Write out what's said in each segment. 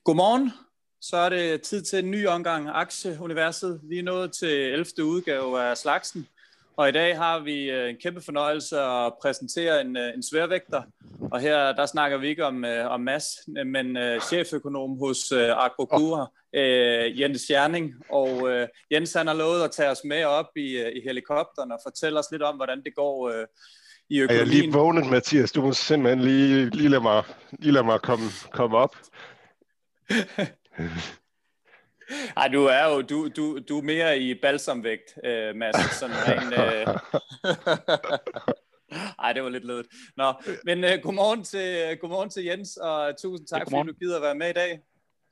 Godmorgen. Så er det tid til en ny omgang Aktieuniverset. Vi er nået til 11. udgave af slagsen. Og i dag har vi en kæmpe fornøjelse at præsentere en sværvægter. Og her der snakker vi ikke om Mads, men cheføkonom hos Agrokura, Jens Scherning. Og Jens han har lovet at tage os med op i helikopteren og fortælle os lidt om, hvordan det går i økonomien. Jeg er lige vågnet, Mathias. Du må simpelthen lige lade mig komme op. Ej, du er mere i balsamvægt, Mads. Sådan en, Ej, det var lidt ledet. Nå, men godmorgen til Jens, og tusind tak, fordi du gider at være med i dag.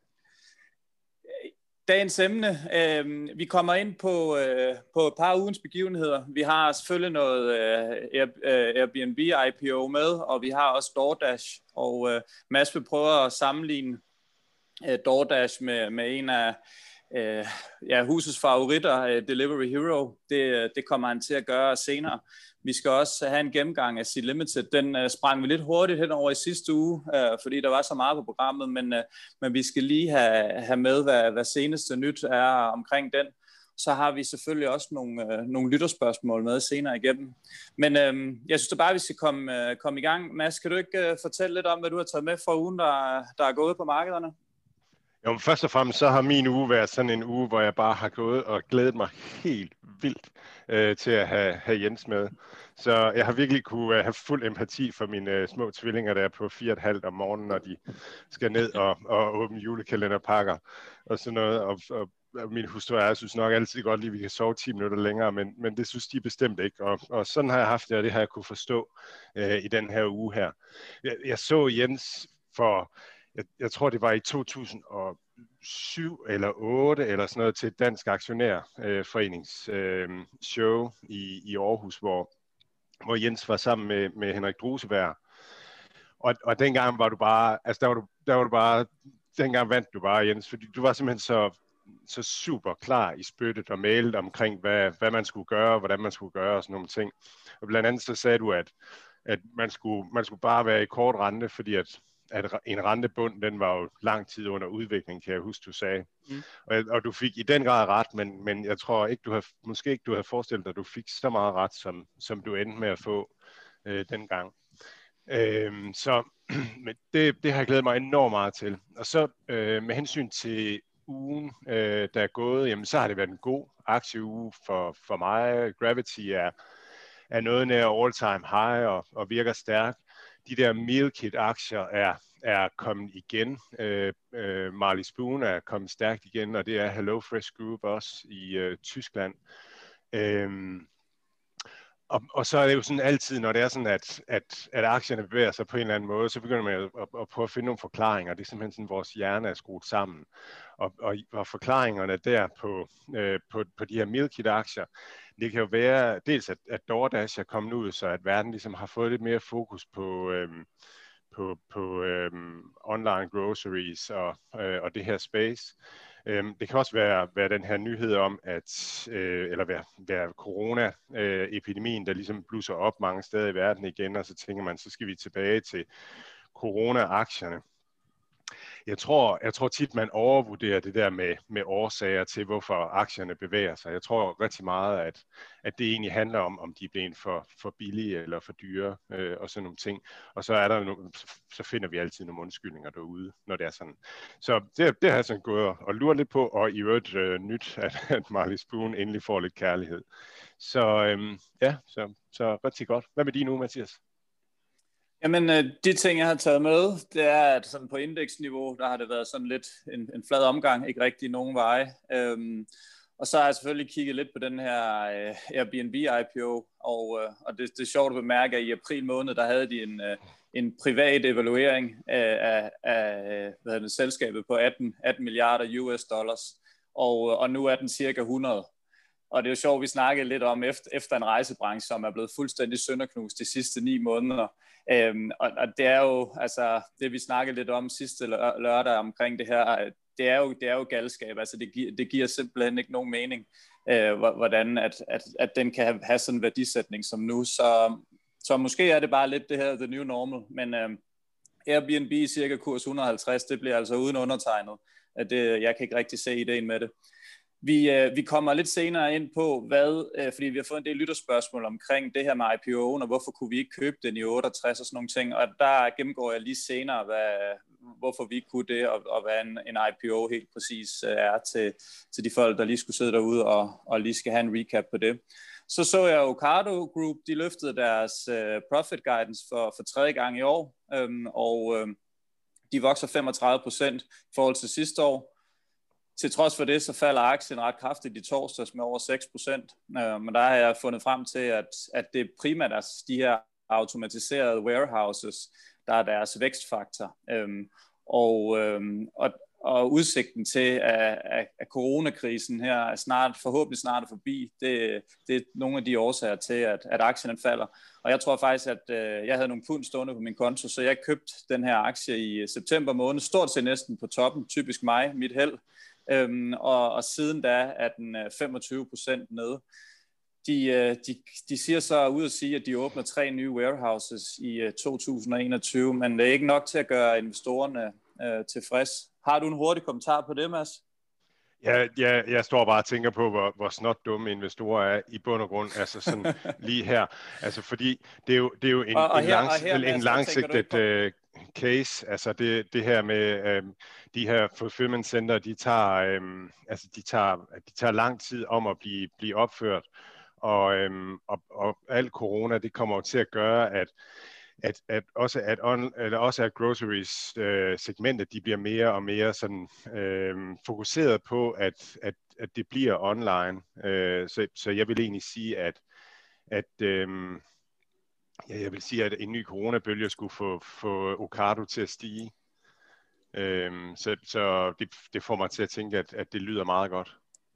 Dagens emne, vi kommer ind på et par ugens begivenheder. Vi har selvfølgelig noget Airbnb IPO med, og vi har også DoorDash, og Mads vil prøve at sammenligne DoorDash med en af husets favoritter, Delivery Hero. Det kommer han til at gøre senere. Vi skal også have en gennemgang af Sea Limited. Den sprang vi lidt hurtigt hen over i sidste uge, fordi der var så meget på programmet, men vi skal lige have med, hvad seneste nyt er omkring den. Så har vi selvfølgelig også nogle lytterspørgsmål med senere igennem. Men jeg synes da bare, vi skal komme i gang. Mads, kan du ikke fortælle lidt om, hvad du har taget med fra ugen, der er gået på markederne? Jo, først og fremmest så har min uge været sådan en uge, hvor jeg bare har gået og glædet mig helt vildt til at have Jens med. Så jeg har virkelig kunne have fuld empati for mine små tvillinger, der er på 4,5 om morgenen, når de skal ned og åbne julekalenderpakker og sådan noget. Og min hustru og jeg synes nok altid godt lige, at vi kan sove 10 minutter længere, men det synes de bestemt ikke. Og sådan har jeg haft det, og det har jeg kunne forstå i den her uge her. Jeg så Jens for... Jeg tror, det var i 2007 eller 2008 eller sådan noget til et dansk aktionærforenings show i Aarhus, hvor Jens var sammen med Henrik Druseberg. Og dengang var du bare, altså der var du bare, dengang vandt du bare, Jens, fordi du var simpelthen så super klar i spyttet og mailet omkring, hvad man skulle gøre, hvordan man skulle gøre og sådan nogle ting. Og blandt andet så sagde du, at man skulle bare være i kort rente, fordi at en rentebund, den var jo lang tid under udvikling, kan jeg huske, du sagde. Og du fik i den grad ret, men jeg tror ikke, måske ikke du havde forestillet dig, at du fik så meget ret, som du endte med at få dengang. Så det har jeg glædet mig enormt meget til. Og så med hensyn til ugen, der er gået, jamen så har det været en god aktieuge for mig. Gravity er noget nær all-time high og virker stærkt. De der meal kit aktier er kommet igen. Marley Spoon er kommet stærkt igen, og det er HelloFresh Group også i Tyskland. Og så er det jo sådan altid, når det er sådan, at aktierne bevæger sig på en eller anden måde, så begynder man at prøve at finde nogle forklaringer. Det er simpelthen sådan, vores hjerne er skruet sammen. Og forklaringerne der på de her meal kit aktier, det kan jo være dels, at DoorDash er kommet ud, så at verden ligesom har fået lidt mere fokus på online groceries og det her space. Det kan også være den her nyhed om, eller være corona-epidemien, der ligesom blusser op mange steder i verden igen, og så tænker man, så skal vi tilbage til corona-aktierne. Jeg tror tit, man overvurderer det der med årsager til, hvorfor aktierne bevæger sig. Jeg tror rigtig meget, at det egentlig handler om de er blevet for billige eller for dyre og sådan nogle ting. Og så så finder vi altid nogle undskyldninger derude, når det er sådan. Så det har jeg sådan gået og luret lidt på, og i øvrigt nyt, at Marley Spoon endelig får lidt kærlighed. Så så rigtig godt. Hvad med din nu, Mathias? Jamen, de ting, jeg har taget med, det er, at sådan på indeksniveau, der har det været sådan lidt en flad omgang, ikke rigtig nogen veje. Og så har jeg selvfølgelig kigget lidt på den her Airbnb IPO, og det er sjovt at bemærke, at i april måned, der havde de en privat evaluering af selskabet på 18 milliarder US dollars, og nu er den cirka 100. Og det er jo sjovt, vi snakkede lidt om efter en rejsebranche, som er blevet fuldstændig sønderknust de sidste 9 måneder. Og det er jo, altså det vi snakkede lidt om sidste lørdag omkring det her, det er jo galskab. Altså det giver simpelthen ikke nogen mening, hvordan at den kan have sådan en værdisætning som nu. Så måske er det bare lidt det her the new normal, Airbnb cirka kurs 150, det bliver altså uden undertegnet. Jeg kan ikke rigtig se ideen med det. Vi kommer lidt senere ind på, fordi vi har fået en del lytterspørgsmål omkring det her med IPO'en, og hvorfor kunne vi ikke købe den i 68 og sådan nogle ting, og der gennemgår jeg lige senere, hvorfor vi ikke kunne det, og hvad en IPO helt præcis er til de folk, der lige skulle sidde derude og lige skal have en recap på det. Så jeg Ocado Group, de løftede deres profit guidance for tredje gang i år, og de vokser 35% i forhold til sidste år. Til trods for det, så falder aktien ret kraftigt i torsdags med over 6%. Men der har jeg fundet frem til, at det primært er de her automatiserede warehouses, der er deres vækstfaktor. Og udsigten til, at coronakrisen her er forhåbentlig snart forbi, det er nogle af de årsager til, at aktien falder. Og jeg tror faktisk, at jeg havde nogle pund stående på min konto, så jeg købte den her aktie i september måned, stort set næsten på toppen, typisk mig, mit held. Og siden da er den 25% nede. De siger så ud at sige, at de åbner 3 nye warehouses i 2021, men det er ikke nok til at gøre investorerne tilfreds. Har du en hurtig kommentar på det, Mads? Jeg står bare og tænker på, hvor snot dumme investorer er i bund og grund, altså sådan lige her. Altså fordi det er jo en langsigtet case, altså det her med de her fulfillment center, de tager lang tid om at blive opført, og al corona, det kommer til at gøre, at også at groceries segmentet, de bliver mere og mere sådan fokuseret på, at det bliver online. Så jeg vil egentlig sige, jeg vil sige, at en ny coronabølge skulle få Ocado til at stige. Så det får mig til at tænke, at det lyder meget godt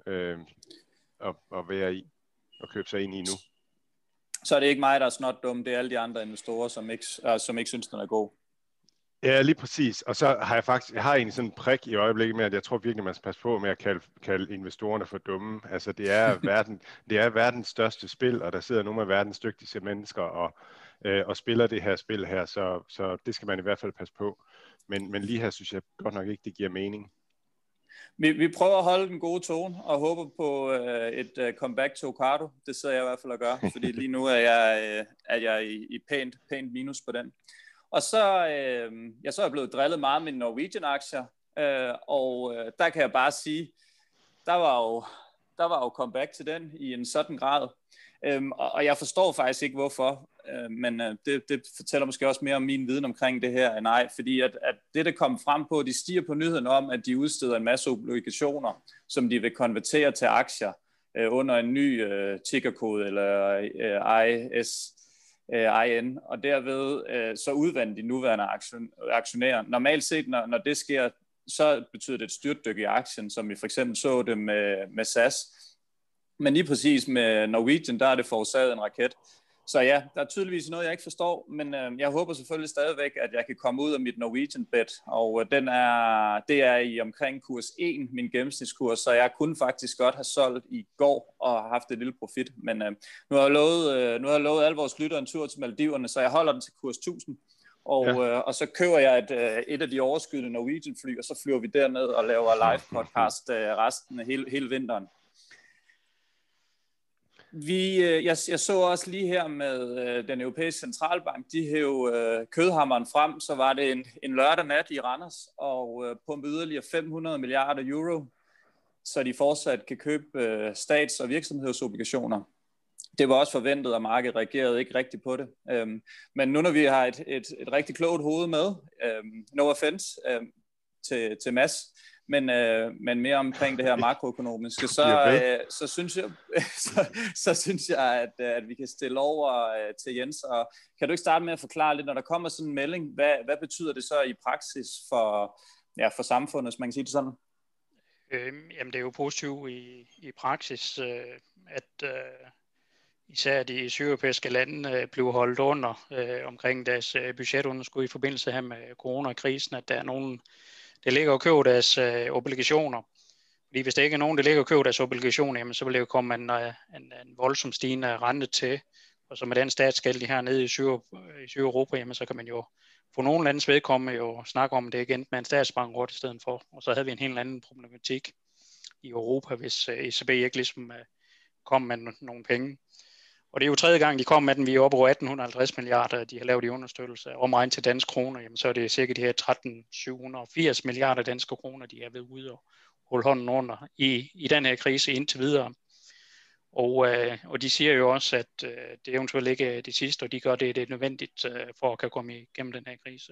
at være i og købe sig ind i nu. Så er det ikke mig, der er snot dum, det er alle de andre investorer, som ikke synes, den er god. Ja, lige præcis. Og så har jeg har egentlig sådan en prik i øjeblikket med, at jeg tror virkelig, man skal passe på med at kalde investorerne for dumme. Altså det er verdens største spil, og der sidder nogle af verdens dygtigste mennesker og spiller det her spil her, så det skal man i hvert fald passe på. Men lige her synes jeg godt nok ikke, det giver mening. Vi prøver at holde den gode tone og håber på et comeback til Ocado. Det sidder jeg i hvert fald at gøre, fordi lige nu er jeg i pænt minus på den. Og så er jeg blevet drillet meget med Norwegian-aktier, og der kan jeg bare sige, der var jo comeback til den i en sådan grad. Og jeg forstår faktisk ikke hvorfor, men det fortæller måske også mere om min viden omkring det her end ej, fordi at det kom frem på, de stiger på nyheden om, at de udsteder en masse obligationer, som de vil konvertere til aktier under en ny tickerkode eller IN, og derved så udvandt de nuværende aktionærer. Normalt set, når det sker, så betyder det et styrtdyk i aktien, som vi for eksempel så det med SAS. Men lige præcis med Norwegian, der er det forårsaget en raket. Så ja, der er tydeligvis noget, jeg ikke forstår, men jeg håber selvfølgelig stadigvæk, at jeg kan komme ud af mit Norwegian bet, og det er i omkring kurs 1, min gennemsnitskurs, så jeg kunne faktisk godt have solgt i går og haft et lille profit, men nu har jeg lovet alle vores lyttere en tur til Maldiverne, så jeg holder den til kurs 1000, og så køber jeg et af de overskydende Norwegian fly, og så flyver vi derned og laver live podcast resten af hele vinteren. Jeg så også lige her med den europæiske centralbank, de hæv kødhammeren frem, så var det en lørdag nat i Randers, og pumpede yderligere 500 milliarder euro, så de fortsat kan købe stats- og virksomhedsobligationer. Det var også forventet, og markedet reagerede ikke rigtigt på det. Men nu når vi har et rigtig klogt hoved med, no offense til Mads, men mere omkring det her makroøkonomiske, så synes jeg, at vi kan stille over til Jens. Og kan du ikke starte med at forklare lidt, når der kommer sådan en melding, hvad betyder det så i praksis for samfundet, hvis man kan sige det sådan? Jamen det er jo positivt i praksis, at især de sydeuropæiske lande blev holdt under omkring deres budgetunderskud i forbindelse her med coronakrisen, at der er nogen, der ligger og køber deres obligationer. Fordi hvis der ikke er nogen, der ligger og køber deres obligationer, jamen, så vil det jo komme en voldsom stigende rente til. Og så med den statsgæld, de her nede i Sydeuropa, jamen, så kan man jo på nogle landes vedkommende jo snakke om det igen med en statsbankrot i stedet for, og så havde vi en helt anden problematik i Europa, hvis ECB ikke ligesom kom med nogle penge. Og det er jo tredje gang, de kom med den. Vi er oppe over 1850 milliarder, de har lavet i understøttelse. Omregnet til danske kroner, jamen, så er det cirka de her 1380 milliarder danske kroner, de er ved ude og holde hånden under i den her krise indtil videre. Og de siger jo også, at det eventuelt ikke er det sidste, og de gør det er nødvendigt for at kan komme igennem den her krise.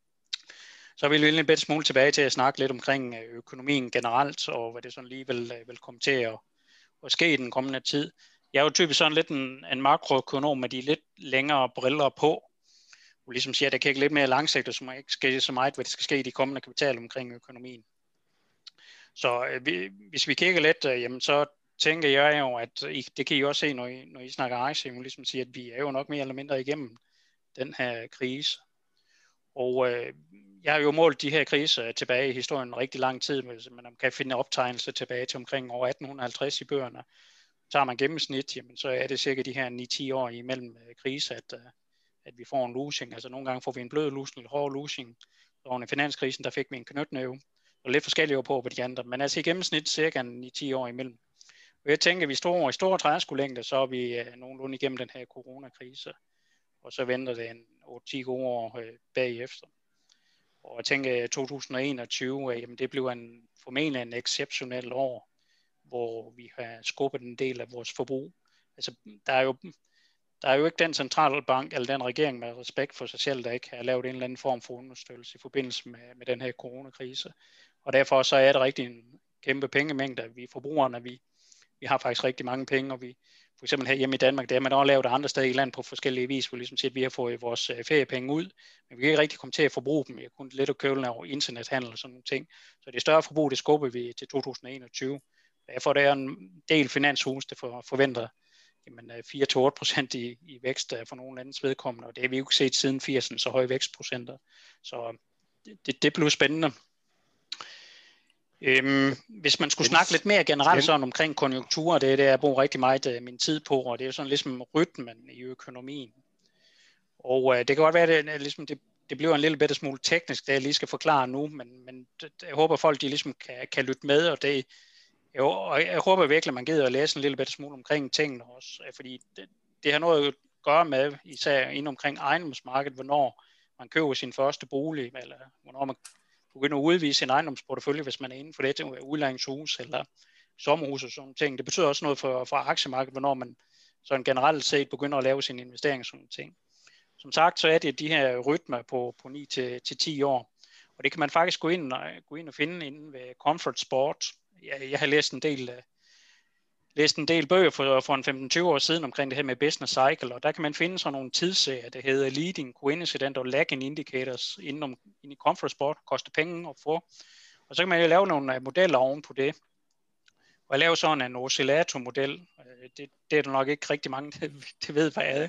Så vil vi en lidt smule tilbage til at snakke lidt omkring økonomien generelt, og hvad det sådan lige vil komme til at ske i den kommende tid. Jeg er jo typisk sådan lidt en makroøkonom med de lidt længere briller på, og ligesom siger, at jeg kan ikke lidt mere langsigtet, så må jeg ikke ske så meget, hvad det skal ske i de kommende kapital omkring økonomien. Så hvis vi kigger lidt, jamen så tænker jeg jo, at det kan I også se, når I snakker aktier, ligesom siger, at vi er jo nok mere eller mindre igennem den her krise. Og jeg har jo målt de her kriser tilbage i historien rigtig lang tid, men man kan finde optegnelser tilbage til omkring år 1850 i bøgerne. Tager man gennemsnit, jamen, så er det cirka de her 9-10 år imellem kriser, at vi får en losing. Altså nogle gange får vi en blød losing eller hård losing. Og under finanskrisen, der fik vi en knytnæve. Og lidt forskellige på de andre. Men altså i gennemsnit cirka 9-10 år imellem. Og jeg tænker, at vi står i store træskolængder, så er vi nogenlunde igennem den her coronakrise. Og så venter det en 8-10 gode år bagefter. Og jeg tænker, at 2021, jamen det bliver formentlig en exceptionel år, hvor vi har skubbet en del af vores forbrug. Altså, der er jo ikke den centralbank eller den regering med respekt for sig selv, der ikke har lavet en eller anden form for understøttelse i forbindelse med den her coronakrise. Og derfor så er det rigtig en kæmpe pengemængde. Vi forbrugerne, vi har faktisk rigtig mange penge, og vi for eksempel her hjemme i Danmark, det er man også lavet andre steder i landet på forskellige vis, hvor ligesom siger, at vi har fået vores feriepenge ud, men vi kan ikke rigtig komme til at forbruge dem. Vi har kun lidt at køle over internethandel og sådan nogle ting. Så det større forbrug, det skubber vi til 2021. Derfor er der en del finanshus, der forventer 4-8% i vækst for nogle landes vedkommende, og det har vi jo ikke set siden 80'erne, så høje vækstprocenter. Så det bliver spændende. Hvis man skulle snakke lidt mere generelt sådan omkring konjunkturer, det er det, jeg bruger rigtig meget min tid på, og det er jo sådan ligesom rytmen i økonomien. Og det kan godt være, at det bliver en lille bitte smule teknisk, det jeg lige skal forklare nu, men jeg håber folk de ligesom kan lytte med, og jeg håber virkelig, at man gider at læse en lille bitte smule omkring tingene også, fordi det har noget at gøre med, især inden omkring ejendomsmarkedet, hvornår man køber sin første bolig, eller hvornår man begynder at udvise sin ejendomsportefølje, hvis man er inden for det, udlejningshus eller sommerhus og sådan nogle ting. Det betyder også noget for aktiemarkedet, hvornår man sådan generelt set begynder at lave sine investeringer og sådan nogle ting. Som sagt, så er det de her rytmer på 9-10 år, og det kan man faktisk gå ind og finde inde ved Comfort Sport. Jeg har læst en del bøger for en 15-20 år siden omkring det her med business cycle, og der kan man finde sådan nogle tidsserier, der hedder Leading, Coincident og Lagging Indicators inde i Comfort Sport, koster penge at få. Og så kan man jo lave nogle modeller oven på det. Og jeg laver sådan en oscillatormodel. Det er der nok ikke rigtig mange, der ved, hvad er det.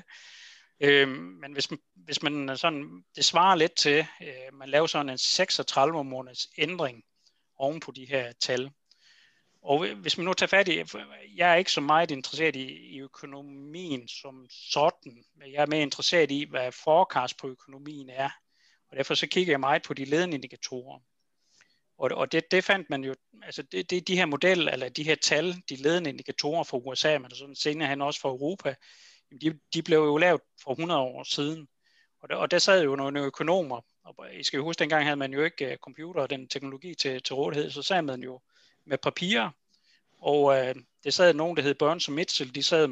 Men hvis man sådan, det svarer lidt til, man laver sådan en 36 måneders ændring oven på de her tal. Og hvis man nu tager fat i, jeg er ikke så meget interesseret i økonomien som sådan, men jeg er mere interesseret i, hvad forecast på økonomien er. Og derfor så kigger jeg meget på de ledende indikatorer. Og det fandt man jo, altså det de her modeller, eller de her tal, de ledende indikatorer fra USA, men sådan senere hen også fra Europa, de blev jo lavet for 100 år siden. Og der sad jo nogle økonomer, og I skal jo huske, dengang havde man jo ikke computer og den teknologi til rådighed, så sad man jo med papirer, og det sad nogen, der hed Burns og Mitchell, de sad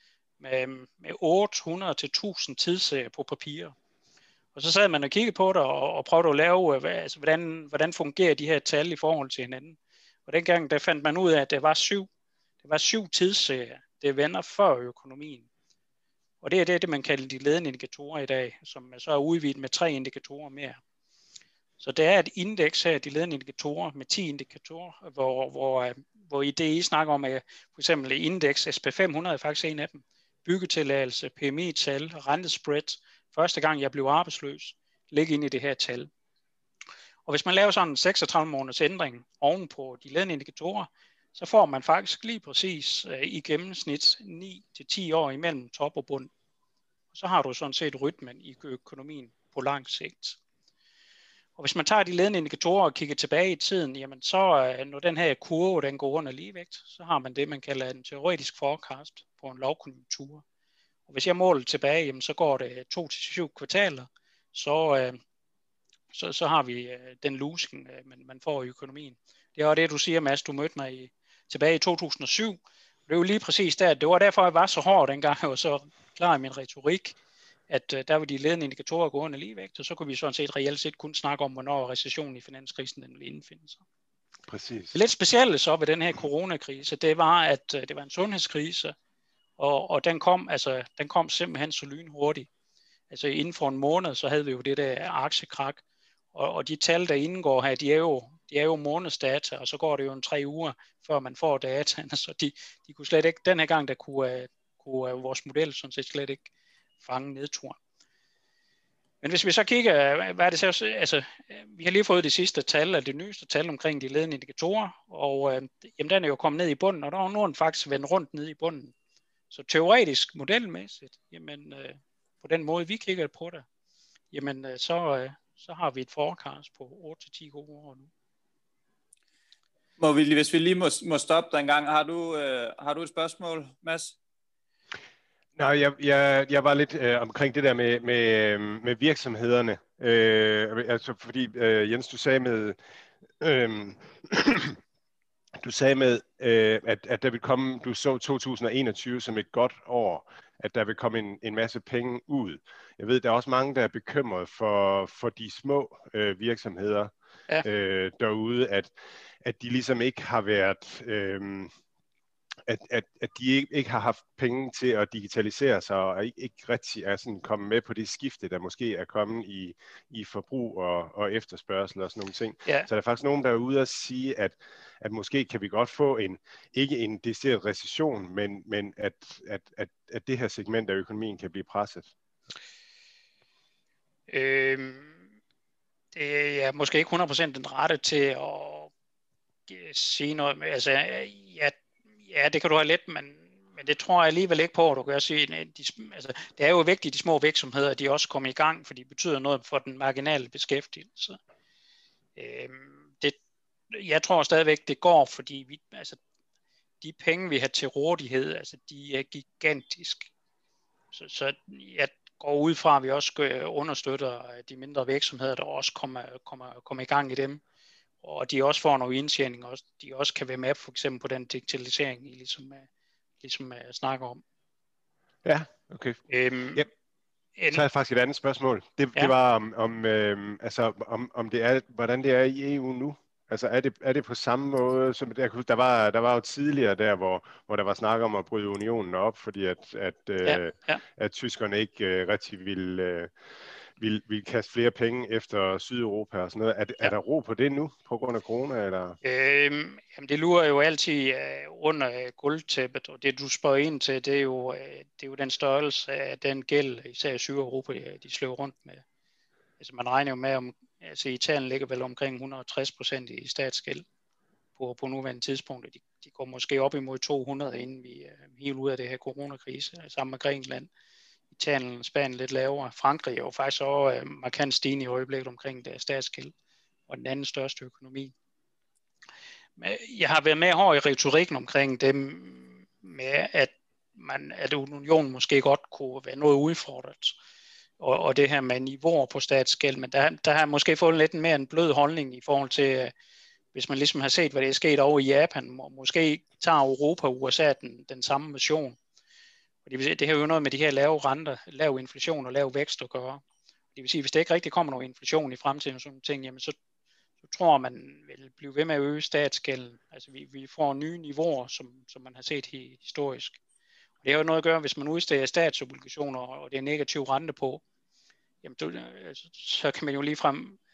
med 800 til 1000 tidsserier på papir. Og så sad man og kiggede på det og prøvede at lave, hvordan fungerer de her tal i forhold til hinanden. Og dengang der fandt man ud af, at det var syv tidsserier, det vender før økonomien. Og det er det, man kalder de ledende indikatorer i dag, som så er udvidet med 3 indikatorer mere. Så der er et indeks her, de ledende indikatorer, med 10 indikatorer, hvor i det I snakker om, for eksempel indeks SP500 er faktisk en af dem. Byggetilladelse, PMI-tal, rentespread, første gang jeg blev arbejdsløs, ligger ind i det her tal. Og hvis man laver sådan en 36 måneders ændring oven på de ledende indikatorer, så får man faktisk lige præcis i gennemsnit 9-10 år imellem top og bund. Og så har du sådan set rytmen i økonomien på lang sigt. Og hvis man tager de ledende indikatorer og kigger tilbage i tiden, jamen så når den her kurve den går under ligevægt, så har man det, man kalder en teoretisk forecast på en lavkonjunktur. Og hvis jeg måler tilbage, jamen så går det 2 til 7 kvartaler, så har vi den losing, man får i økonomien. Det var det, du siger, Mads, du mødte mig tilbage i 2007. Det er jo lige præcis der. Det var derfor, jeg var så hård dengang, jeg var så klar i min retorik, at der var de ledende indikatorer gå under ligevægt, og så kunne vi sådan set reelt set kun snakke om, hvornår recessionen i finanskrisen den ville indfinde sig. Præcis. Det lidt specielle så ved den her coronakrise, det var, at det var en sundhedskrise, og den kom simpelthen så lynhurtigt. Altså inden for en måned, så havde vi jo det der aktiekrak, og de tal, der indgår her, de er jo månedsdata, og så går det jo 3 uger, før man får dataen, så de kunne slet ikke, den her gang, der kunne vores model sådan set slet ikke fange nedturen. Men hvis vi så kigger, hvad er det så, altså, vi har lige fået det sidste tal, eller det nyeste tal omkring de ledende indikatorer, og jamen, den er jo kommet ned i bunden, og der er nogen faktisk vendt rundt ned i bunden. Så teoretisk, modelmæssigt, jamen, på den måde, vi kigger på det, jamen, så har vi et forecast på 8-10 gode år nu. Hvis vi lige må stoppe dig en gang, har du et spørgsmål, Mads? Nej, jeg var lidt omkring det der med virksomhederne. Altså fordi Jens, du sagde med at der vil komme, du så 2021 som et godt år, at der vil komme en masse penge ud. Jeg ved, der er også mange, der er bekymret for de små virksomheder derude, at de ligesom ikke har været, at de ikke har haft penge til at digitalisere sig, og ikke rigtig er sådan kommet med på det skifte, der måske er kommet i forbrug og efterspørgsel og sådan nogle ting. Ja. Så der er faktisk nogen, der er ude at sige, at måske kan vi godt få ikke en decideret recession, men at det her segment af økonomien kan blive presset. Det er måske ikke 100% den rette til at sige noget. Altså, ja, det kan du have let, men det tror jeg alligevel ikke på, at du kan sige. Altså, det er jo vigtigt, at de små virksomheder, de også kommer i gang, for de betyder noget for den marginale beskæftigelse. Jeg tror stadigvæk, det går, fordi de penge, vi har til rådighed, altså, de er gigantisk. Så jeg går ud fra, at vi også understøtter de mindre virksomheder, der også kommer i gang i dem. Og de også får noget indtjening, og de også kan være med for eksempel på den digitalisering, I ligesom snakker om. Ja, okay. Så er faktisk et andet spørgsmål. Det var om det er, hvordan det er i EU nu. Altså er det på samme måde, som der var jo tidligere der, hvor der var snak om at bryde unionen op, fordi at tyskerne ikke rigtig ville kaste flere penge efter Sydeuropa og sådan noget. Er der ro på det nu, på grund af corona? Eller? Jamen det lurer jo altid under gulvtæppet, og det du spørger ind til, det er jo den størrelse af den gæld, især i Sydeuropa, de slår rundt med. Altså man regner jo med, altså Italien ligger vel omkring 160% i statsgæld på nuværende tidspunkt, og de går måske op imod 200, inden vi er helt ude af det her coronakrise, sammen med Grækenland. Italien, Spanien lidt lavere. Frankrig er jo faktisk også markant stigende i øjeblikket omkring deres statsgæld, og den anden største økonomi. Men jeg har været med hård i retorikken omkring dem, med at unionen måske godt kunne være noget udfordret, og det her med niveauer på statsgæld, men der har jeg måske fået lidt mere en blød holdning i forhold til, hvis man ligesom har set, hvad det er sket over i Japan, måske tager Europa og USA den samme mission. Det har jo noget med de her lave renter, lav inflation og lav vækst at gøre. Det vil sige, hvis der ikke rigtig kommer nogen inflation i fremtiden og sådan nogle ting, jamen så tror man vil blive ved med at øge statsgælden. Altså vi får nye niveauer, som man har set historisk. Og det har jo noget at gøre, hvis man udsteder statsobligationer, og det er negativ rente på, jamen så kan man jo lige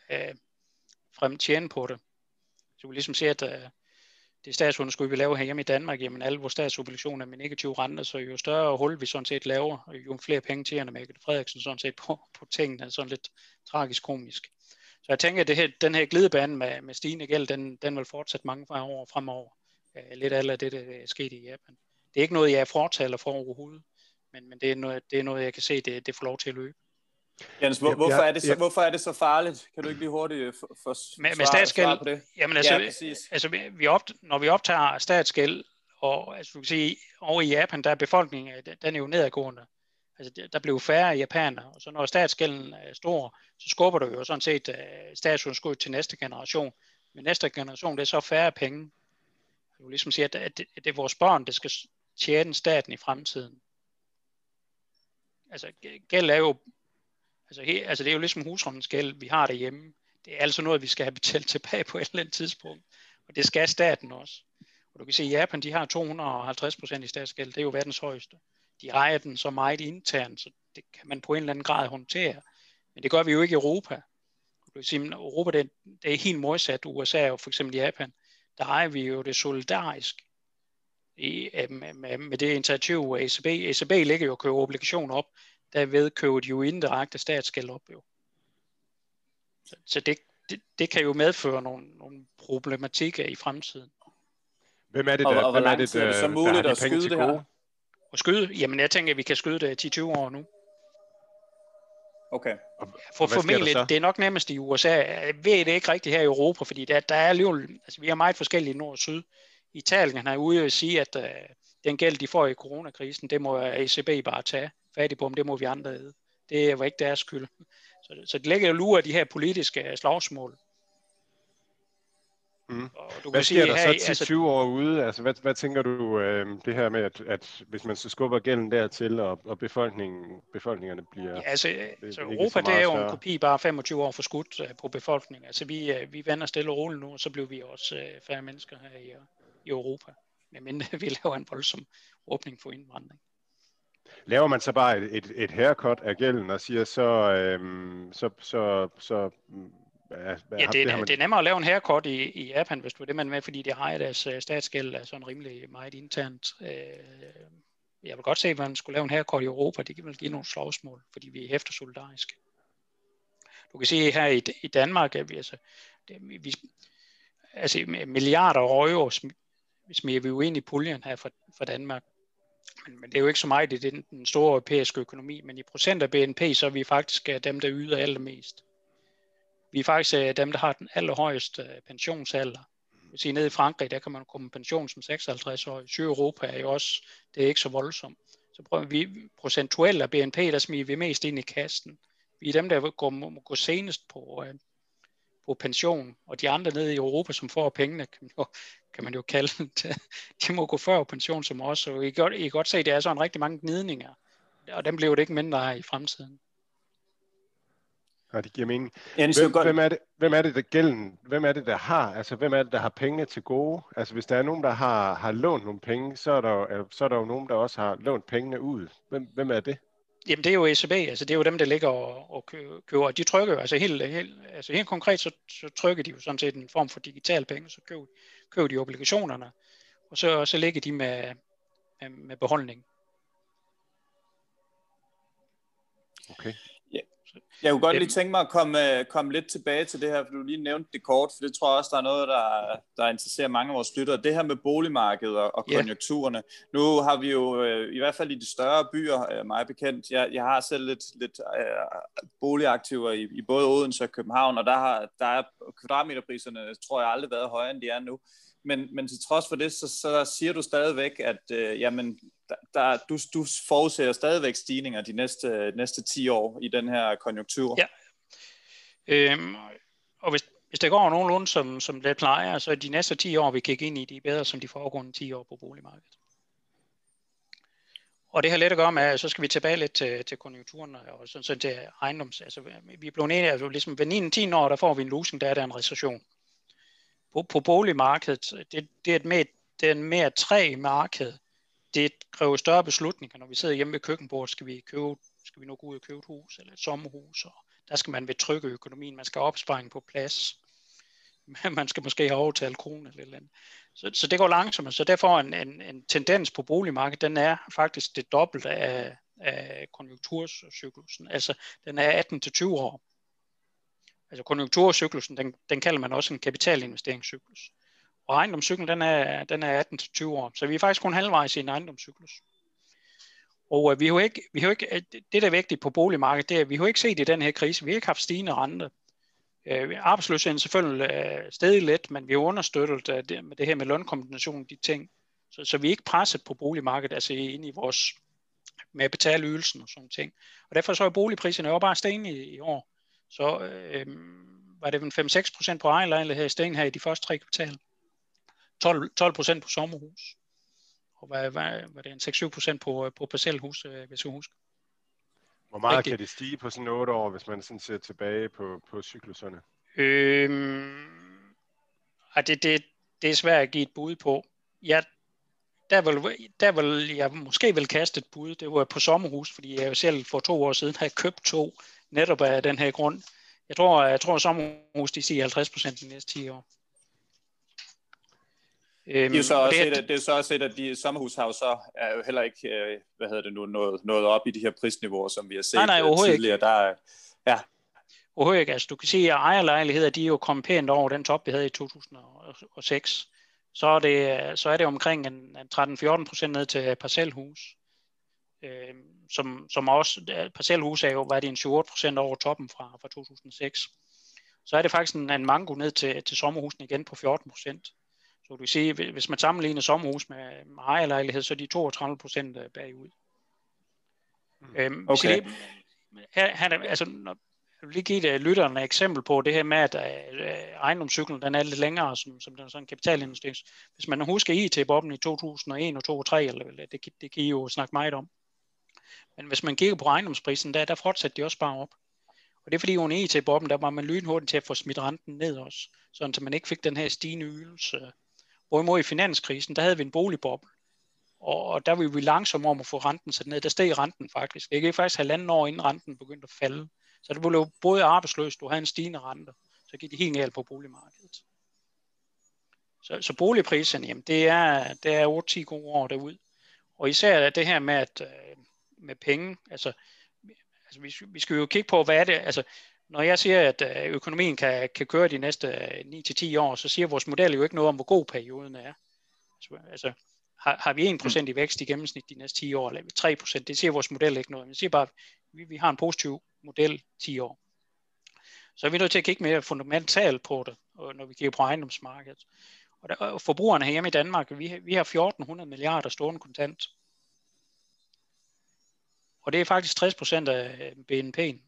frem tjene på det. Så vi ligesom siger, at det statsunderskud, vi laver her hjemme i Danmark, jamen alle vores statsobligationer med negativ rente, så jo større hul vi sådan set laver, jo flere penge tjener Mette Frederiksen sådan set på tingene, er sådan lidt tragisk komisk. Så jeg tænker, at den her glidebane med stigende gæld, den vil fortsætte mange år fremover. Lidt af det, der er sket i Japan. Det er ikke noget, jeg er fortaler for overhovedet, men det er noget, jeg kan se, det får lov til at løbe. Jens, hvorfor er det så farligt? Kan du ikke lige hurtigt med statsgæld på det? Jamen når vi optager statsgæld, og altså, du kan sige, over i Japan, der er befolkningen, den er jo nedadgående. Altså, der bliver færre japanere, og så når statsgælden er stor, så skubber du jo sådan set statsunderskud til næste generation. Men næste generation, det er så færre penge. Jeg vil ligesom sige, at det er vores børn, der skal tjene staten i fremtiden. Altså, gæld er jo, altså det er jo ligesom husholdningens gæld, vi har derhjemme. Det er altså noget, vi skal have betalt tilbage på et eller andet tidspunkt. Og det skal staten også. Og du kan se, at Japan, de har 250% i statsgæld. Det er jo verdens højeste. De ejer den så meget internt, så det kan man på en eller anden grad håndtere. Men det gør vi jo ikke i Europa. Du kan sige, at Europa, det er helt modsat USA og for eksempel Japan. Der ejer vi jo det solidarisk med det initiativ af ECB. ECB ligger jo og køber obligationer op. Derved køber de jo indirekte statsgæld op. Jo. Så det kan jo medføre nogle problematikker i fremtiden. Hvem er det, og hvor lang tid er det så muligt at skyde det her? At skyde? Jamen jeg tænker, at vi kan skyde det 10-20 år nu. Okay. For formentlig, det er nok nemmest i USA. Jeg ved det ikke rigtigt her i Europa, fordi der er alligevel, altså vi er meget forskellige nord og syd. Italien er ude og sige, at den gæld, de får i coronakrisen, det må ECB bare tage fat i på, det må vi andre æde. Det var ikke deres skyld. Så det ligger jo lurer de her politiske slagsmål. Hvad sker der så 10-20 år ude? Altså, hvad tænker du det her med, at hvis man så skubber gælden dertil, og befolkningerne bliver... Ja, altså Europa, det er jo en kopi bare 25 år for skudt på befolkningen. Altså vi vender stille og roligt nu, og så bliver vi også færre mennesker her i Europa. Medmindre vi laver en voldsom åbning for indvandring. Laver man så bare et haircut af gælden og siger det er nemmere at lave en haircut i Japan, hvis du er det, man med, fordi de har deres statsgæld er sådan rimelig meget internt. Jeg vil godt se, at man skulle lave en haircut i Europa. Det kan vel give nogle slagsmål, fordi vi er hæfter solidariske. Du kan se her i Danmark, at vi milliarder af euro smider vi jo ind i puljen her for Danmark. Men det er jo ikke så meget i den store europæiske økonomi, men i procent af BNP, så er vi faktisk dem, der yder allermest. Vi er faktisk dem, der har den allerhøjeste pensionsalder. Hvis I er nede i Frankrig, der kan man komme pension som 56 år. I Sydeuropa er jo også, det er ikke så voldsomt. Så prøver vi procentuelt af BNP, der smider vi mest ind i kassen. Vi er dem, der må gå senest på pension, og de andre nede i Europa, som får pengene, kan man jo kalde det, de må gå før pension som os. Og I kan godt se, at der er sådan rigtig mange gnidninger, og dem bliver det ikke mindre i fremtiden. Ja, det giver mening. Hvem er det, der har? Altså, hvem er det, der har pengene til gode? Altså, hvis der er nogen, der har lånt nogle penge, så er der jo nogen, der også har lånt pengene ud. Hvem er det? Jamen, det er jo ECB. Altså, det er jo dem, der ligger og køber. De trykker jo, altså helt konkret, så trykker de jo sådan set en form for digital penge, så køber de obligationerne, og så ligger de med beholdning. Okay. Jeg kunne godt lige tænke mig at komme lidt tilbage til det her, for du lige nævnte det kort, for det tror jeg også, der er noget, der interesserer mange af vores lyttere. Det her med boligmarkedet og konjunkturerne. Nu har vi jo i hvert fald i de større byer, meget bekendt, jeg har selv lidt boligaktiver i både Odense og København, og der er kvadratmeterpriserne, tror jeg, aldrig været højere, end de er nu. Men til trods for det, så siger du stadigvæk, at du forudser stadigvæk stigninger de næste 10 år i den her konjunktur. Ja. Og hvis det går nogenlunde som det plejer, så de næste 10 år, vi kigger ind i, de er bedre som de foregående 10 år på boligmarkedet. Og det har lidt at gøre med, at så skal vi tilbage lidt til konjunkturen og sådan til ejendoms. Altså, vi er blevet enige, altså ligesom ved 9-10 år, der får vi en losing, der er der en recession. På boligmarkedet, det er et mere træ marked. Det kræver større beslutninger, når vi sidder hjemme ved køkkenbordet, skal vi nu gå ud og købe et hus eller et sommerhus, og der skal man betrygge økonomien, man skal have opsparing på plads, man skal måske have overtalt kroner eller andet. Så det går langsomt, så derfor en tendens på boligmarkedet, den er faktisk det dobbelte af konjunkturcyklusen, altså den er 18-20 år. Altså konjunkturcyklusen, den kalder man også en kapitalinvesteringscyklus. Og ejendomscyklen, den er 18-20 år. Så vi er faktisk kun halvvejs i en ejendomscyklus. Og vi har jo ikke, det der er vigtigt på boligmarkedet, det er, at vi har ikke set i den her krise, vi har ikke haft stigende rente. Arbejdsløsheden er selvfølgelig stadig let, men vi har understøttet med det her med lønkombination, de ting, så vi er ikke presset på boligmarkedet, altså inde i vores, med at betale ydelsen og sådan ting. Og derfor så er boligpriserne jo bare sten i år. Så var det 5-6% på ejerlejlighed i sten her i de første 3 kvartaler. 12% på sommerhus. Og var det en 6-7% på parcelhus, hvis jeg husker. Hvor meget kan det stige på sådan 8 år, hvis man sådan ser tilbage på cykluserne? Det er svært at give et bud på. Der vil jeg måske vil kaste et bud. Det var på sommerhus, fordi jeg jo selv for 2 år siden havde købt 2, netop af den her grund. Jeg tror sommerhus, de siger 50% de næste 10 år. Det er jo så også et af de sommerhushav, så er jo heller ikke, nået op i de her prisniveauer, som vi har set tidligere. Ikke. Overhovedet ikke. Altså, du kan sige, at ejerlejligheder, de er jo kommet pænt over den top, vi havde i 2006. Så er det omkring en 13-14% ned til parcelhus. Som også, parcelhus er jo, var det en 28% over toppen fra 2006. Så er det faktisk en manko ned til sommerhusene igen på 14%. Så du kan sige, hvis man sammenligner sommerhus med ejerlejlighed, så er de 32% bagud. Okay. Jeg vil lige give lytterne et eksempel på det her med, at ejendomscyklen den er lidt længere, som den er sådan en kapitalinvestering. Hvis man husker IT-boblen i 2001 og 2003, eller det kan I jo snakke meget om. Men hvis man kigger på ejendomsprisen, der fortsætter de også bare op. Og det er fordi under IT-boblen, der var man lynhurtigt til at få smidt renten ned også, sådan at man ikke fik den her stigende ydelse. Hvorimod i finanskrisen, der havde vi en boligboble, og der var vi langsomme om at få renten sat ned. Der steg renten faktisk. Det gik faktisk 1,5 år, inden renten begyndte at falde. Så det blev både arbejdsløs, du havde en stigende rente, så gik det helt galt på boligmarkedet. Så boligpriserne, jamen, det er 8-10 gode år derude. Og især det her med penge, altså vi skal jo kigge på, hvad er det, altså når jeg siger, at økonomien kan køre de næste 9-10 år, så siger vores model jo ikke noget om, hvor god perioden er. Altså har vi 1% i vækst i gennemsnit de næste 10 år, eller 3%, det siger vores model ikke noget. Men det siger bare, at vi har en positiv model 10 år. Så er vi nødt til at kigge mere fundamentalt på det, når vi kigger på ejendomsmarkedet. Og forbrugerne herhjemme i Danmark, vi har 1.400 milliarder stående kontant. Og det er faktisk 60% af BNP'en.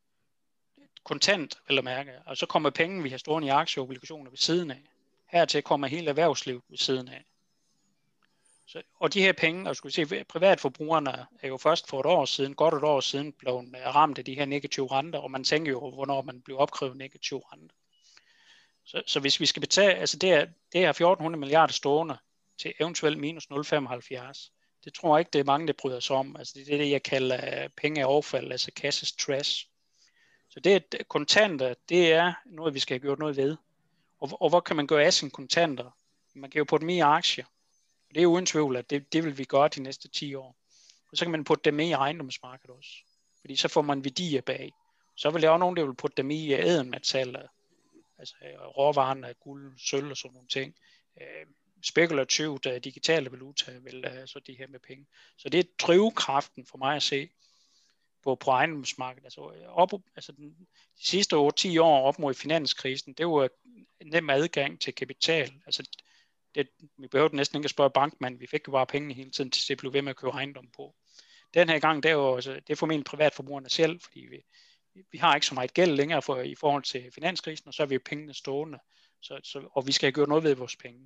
Kontant, vil jeg mærke. Og så kommer penge, vi har stående i aktieobligationer ved siden af. Hertil kommer hele erhvervslivet ved siden af. Og de her penge, og skulle se, privatforbrugerne er jo først for godt et år siden, blevet ramt af de her negative renter, og man tænker jo, hvornår man bliver opkrævet negative renter. Så hvis vi skal betale, altså det er 1.400 milliarder stående til eventuelt minus 0,75. Det tror jeg ikke, det er mange, der bryder sig om. Altså det er det, jeg kalder penge af overfald, altså kasses trash. Så det kontanter, det er noget, vi skal have gjort noget ved. Og hvor kan man gøre af sine kontanter? Man kan jo putte dem i aktier. Og det er uden tvivl, at det vil vi gøre de næste 10 år. Og så kan man putte dem i ejendomsmarkedet også. Fordi så får man værdier bag. Så vil der også nogen, der vil putte dem i ædelmetaller. Altså råvarerne af guld, sølv og sådan nogle ting. Spekulativt digitale valuta vil så det her med penge. Så det er drivkraften for mig at se på ejendomsmarkedet. Altså de sidste 8-10 år op mod finanskrisen, det var en nem adgang til kapital. Altså vi behøvede næsten ikke at spørge bankmanden, vi fik jo bare pengene hele tiden, til det blev ved med at købe ejendom på. Den her gang, det er formentlig privatforbrugerne selv, fordi vi har ikke så meget gæld længere i forhold til finanskrisen, og så er vi pengene stående, og vi skal have gjort noget ved vores penge.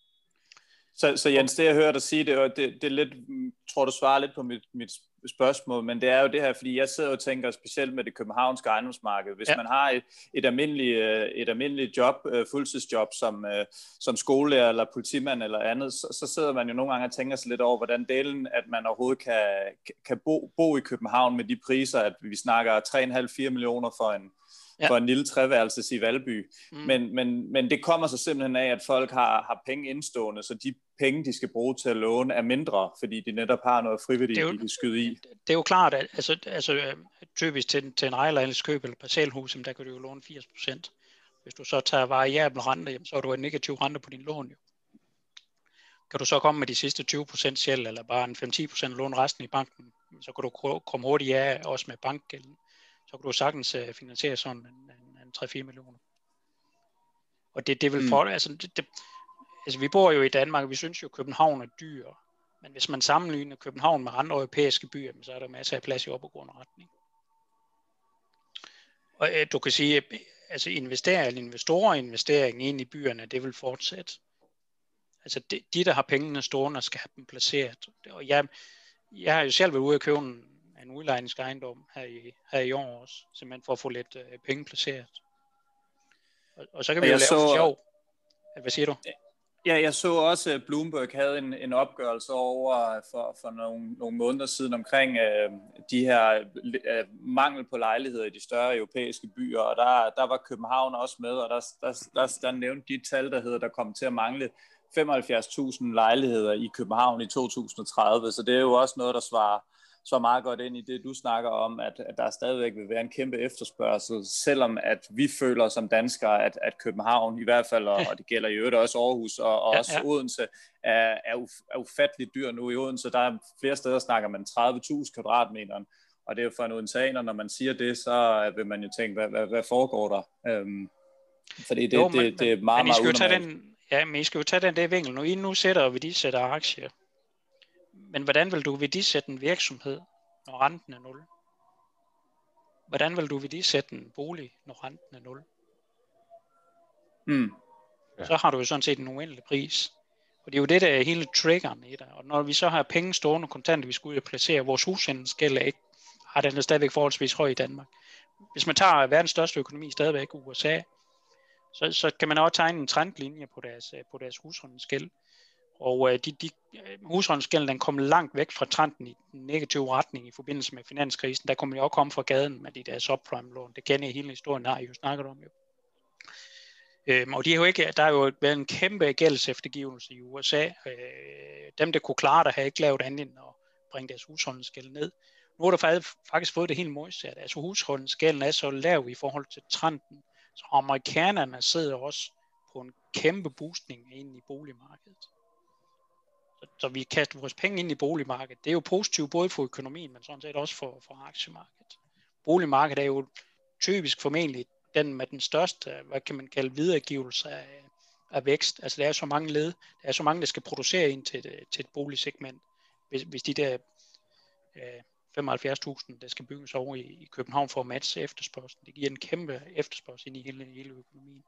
Så Jens, det jeg hører dig sige, det er lidt, tror du svarer lidt på mit spørgsmål, men det er jo det her, fordi jeg sidder og tænker specielt med det københavnske ejendomsmarked. Hvis man har et almindeligt job, fuldtidsjob som skolelærer eller politimand eller andet, så sidder man jo nogle gange og tænker sig lidt over, hvordan delen, at man overhovedet kan bo i København med de priser, at vi snakker 3,5-4 millioner for en lille treværelses i Valby. Men det kommer så simpelthen af, at folk har penge indstående, så de penge, de skal bruge til at låne, er mindre, fordi de netop har noget frivilligt, de kan skyde i. Det er jo klart, at altså typisk til en ejerlejlighedskøb eller parcelhus, der kan du jo låne 80%. Hvis du så tager variabel rente, så har du en negativ rente på din lån. Jo. Kan du så komme med de sidste 20% selv, eller bare en 5-10% låne resten i banken, så kan du komme hurtigt af, også med bankgælden. Så kan du sagtens finansiere sådan en 3-4 millioner. Og det vil for, altså vi bor jo i Danmark, og vi synes jo, at København er dyr. Men hvis man sammenligner København med andre europæiske byer, så er der masser af plads i opadgående retning. Og du kan sige, altså investorer-investering ind i byerne, det vil fortsætte. Altså de, der har pengene stående, skal have dem placeret. Og jeg har jo selv været ude at købe en udlejningsejendom her i år også, simpelthen for at få lidt penge placeret. Og så kan vi jo lave for sjov. Hvad siger du? Ja, jeg så også, at Bloomberg havde en opgørelse over for nogle måneder siden omkring de her mangel på lejligheder i de større europæiske byer, og der var København også med, og der nævnte de tal, der kom til at mangle 75.000 lejligheder i København i 2030, så det er jo også noget, der svarer meget godt ind i det, du snakker om, at der stadigvæk vil være en kæmpe efterspørgsel, selvom at vi føler som danskere, at København i hvert fald, og det gælder i øvrigt også Aarhus og også Odense, er ufatteligt dyr nu. I Odense, der er flere steder, snakker man 30.000 kvadratmeter, og det er jo for en odenseaner, når man siger det, så vil man jo tænke, hvad foregår der? Fordi det er meget, meget unormalt. Men I skal jo tage den der vinkel. Nu I nu sætter og værdisætter aktier. Men hvordan vil du værdisætte en virksomhed, når renten er 0? Hvordan vil du værdisætte en bolig, når renten er 0? Så har du jo sådan set en uendelig pris. Og det er jo det, der er hele triggeren i det. Og når vi så har penge stående kontant, vi skal ud og placere, vores hushandelsgæld har den stadigvæk forholdsvis høj i Danmark. Hvis man tager verdens største økonomi stadigvæk USA, så kan man også tegne en trendlinje på deres hushandelsgæld. Og husholdningsgælden, den kom langt væk fra trenden i den negative retning i forbindelse med finanskrisen. Der kommer de også komme fra gaden med de der subprime-lån. Det kender jeg hele historien, har I jo snakket om jo. Og de er jo ikke, der er jo været en kæmpe gældseftergivelse i USA. Dem, der kunne klare det, har ikke lavet andet end at bringe deres husholdningsgæld ned. Nu har der faktisk fået det helt modsat. Altså husholdningsgælden er så lav i forhold til trenden, så amerikanerne sidder også på en kæmpe boostning ind i boligmarkedet. Så vi kaster vores penge ind i boligmarkedet. Det er jo positivt både for økonomien, men sådan set også for aktiemarkedet. Boligmarkedet er jo typisk formentlig den med den største, hvad kan man kalde, videregivelse af vækst. Altså der er så mange led, der er så mange, der skal producere ind til et boligsegment. Hvis de der 75.000, der skal bygges over i København for at matche efterspørgselen, det giver en kæmpe efterspørgsel ind i hele økonomien.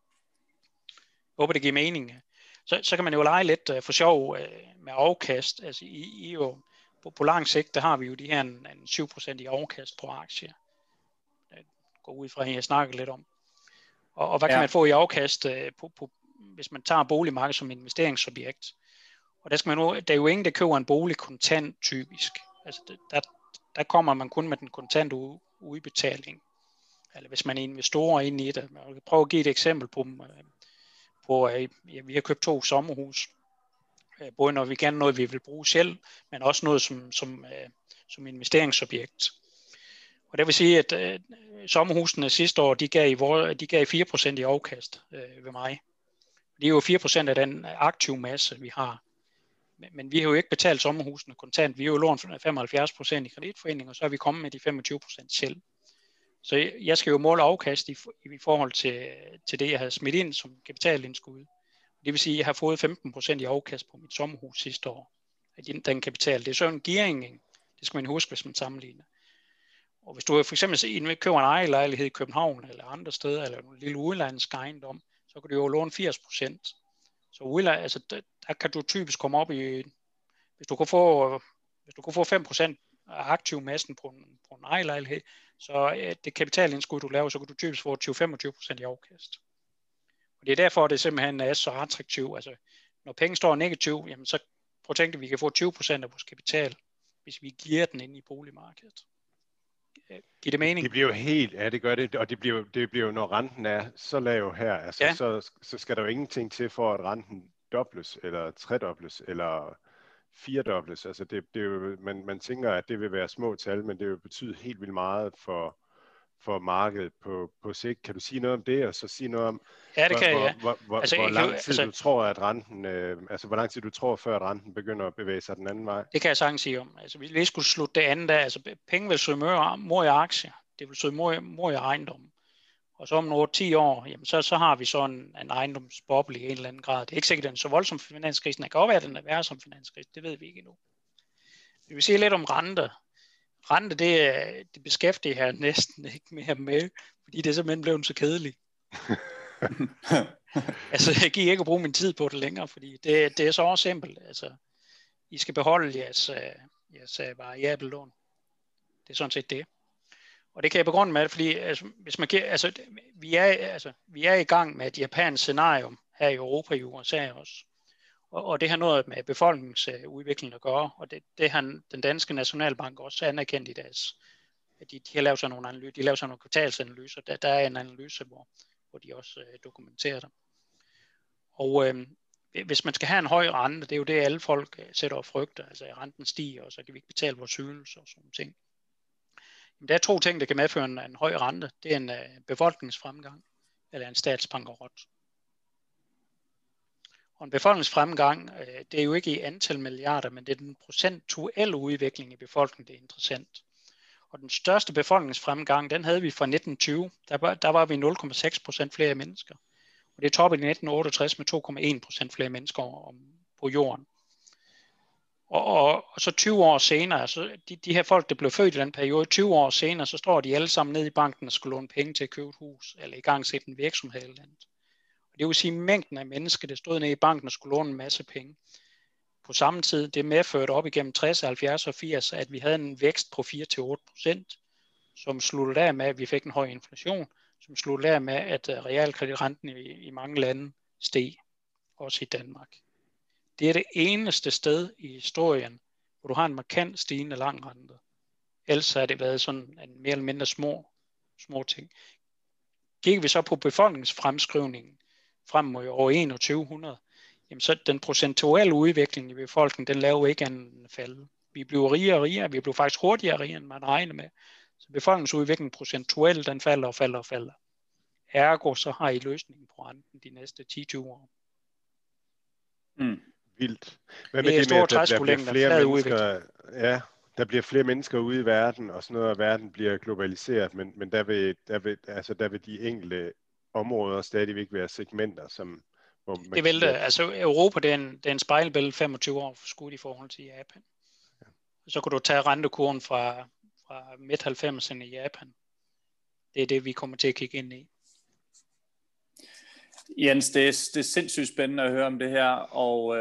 Jeg håber, det giver mening. Så kan man jo lege lidt for sjov med afkast. Altså jo, på lang sigt, der har vi jo de her en 7% i afkast på aktier. Det går ud fra, at jeg snakker lidt om. Og hvad kan man få i afkast, hvis man tager boligmarkedet som investeringsobjekt? Og der er jo ingen, der køber en bolig kontant typisk. Altså der kommer man kun med den kontante udbetaling. Eller hvis man er investorer ind i det. Jeg kan prøve at give et eksempel på vi har købt 2 sommerhus. Både når vi gerne noget, vi vil bruge selv, men også noget som investeringsobjekt. Og det vil sige, at sommerhusene sidste år, de gav 4% i afkast ved mig. Det er jo 4% af den aktive masse, vi har. Men vi har jo ikke betalt sommerhusene kontant. Vi har jo lånt 75% i kreditforeningen, og så er vi kommet med de 25% selv. Så jeg skal jo måle afkast i forhold til det, jeg havde smidt ind som kapitalindskud. Det vil sige, at jeg har fået 15% i afkast på mit sommerhus sidste år. Den kapital. Det er så en gearing. Det skal man huske, hvis man sammenligner. Og hvis du for eksempel køber en ejerlejlighed i København eller andre steder, eller en lille udlejningsejendom, så kan du jo låne 80%. Så altså, der kan du typisk komme op i, hvis du kan få 5% af aktivmassen på en ejerlejlighed, så det kapitalindskud, du laver, så kan du typisk få 20-25% i afkast. Og det er derfor, det simpelthen er så attraktivt. Altså, når penge står negativt, jamen så prøv at tænke, at vi kan få 20% af vores kapital, hvis vi giver den ind i boligmarkedet. Giver det mening? Det bliver jo det gør det, og det bliver jo, når renten er så lav her, altså, så skal der jo ingenting til for, at renten dobles, eller tredobles, eller firedobles. Altså det er jo, man tænker, at det vil være små tal, men det vil betyde helt vildt meget for for markedet på sigt. Kan du sige noget om det, og så sige noget om, Ja, det kan jeg. hvor lang tid du tror, at renten, hvor lang tid du tror, før at renten begynder at bevæge sig den anden vej? Det kan jeg sagtens sige om. Altså, vi lige skulle slutte det andet af. Altså, penge vil søge mor i aktier. Det vil søge mor i ejendom. Og så om nogle 10 år, jamen så har vi så en ejendomsboble i en eller anden grad. Det er ikke sikkert, at den er så voldsom for finanskrisen. Det kan også være, at den er værre som finanskrisen. Det ved vi ikke endnu. Vi vil sige lidt om rente. Rente, det beskæftiger jeg næsten ikke mere med, fordi det er simpelthen blevet så kedeligt. Altså, jeg giver ikke at bruge min tid på det længere, fordi det er så også simpelt. Altså, I skal beholde jeres variable lån. Det er sådan set det. Og det kan jeg begrunde med, fordi hvis man vi er i gang med et japansk scenario her i Europa, i USA også. Og det har noget med befolkningsudvikling at gøre, og det har den danske Nationalbank også anerkendt i deres. De har lavet sådan nogle analyser, de laver sådan nogle kvartalsanalyser, der er en analyse, hvor de også dokumenterer det. Og hvis man skal have en høj rente, det er jo det, alle folk sætter og frygter, altså renten stiger, og så kan vi ikke betale vores ydelser og sådan ting. Men der er 2 ting, der kan medføre en høj rente. Det er en befolkningsfremgang, eller en statsbankerot. Og en befolkningsfremgang, det er jo ikke i antal milliarder, men det er den procentuelle udvikling i befolkningen, det er interessant. Og den største befolkningsfremgang, den havde vi fra 1920. Der var vi 0,6% flere mennesker. Og det toppede i 1968 med 2,1% flere mennesker på jorden. Og så 20 år senere, så de her folk, der blev født i den periode, 20 år senere, så står de alle sammen nede i banken og skal låne penge til at købe et hus, eller i gang sætte en virksomhed eller andet. Og det vil sige, mængden af mennesker, der stod nede i banken og skulle låne en masse penge. På samme tid, det medførte op igennem 60, 70 og 80, at vi havde en vækst på 4-8%, som sluttede af med, at vi fik en høj inflation, som sluttede af med, at realkreditrenten i mange lande steg, også i Danmark. Det er det eneste sted i historien, hvor du har en markant stigende lang rente. Ellers har det været sådan en mere eller mindre små ting. Kigger vi så på befolkningsfremskrivningen frem mod år 2100, jamen så den procentuelle udvikling i befolkningen, den laver ikke en falde. Vi bliver rigere og rigere, vi bliver faktisk hurtigere og rigere, end man regner med. Så befolkningsudviklingen procentuelt, den falder og falder og falder. Ergo, så har I løsningen på renten de næste 10-20 år. Vildt. Hvad med det med, at der bliver flere mennesker? Ja, der bliver flere mennesker ude i verden, og sådan noget, og verden bliver globaliseret, men der vil de enkelte områder stadigvæk være segmenter, som... Det vil det. Altså Europa, det er en spejlbillede 25 år for skudt i forhold til Japan. Ja. Så kan du tage rentekurven fra midt-90'erne i Japan. Det er det, vi kommer til at kigge ind i. Jens, det er sindssygt spændende at høre om det her, og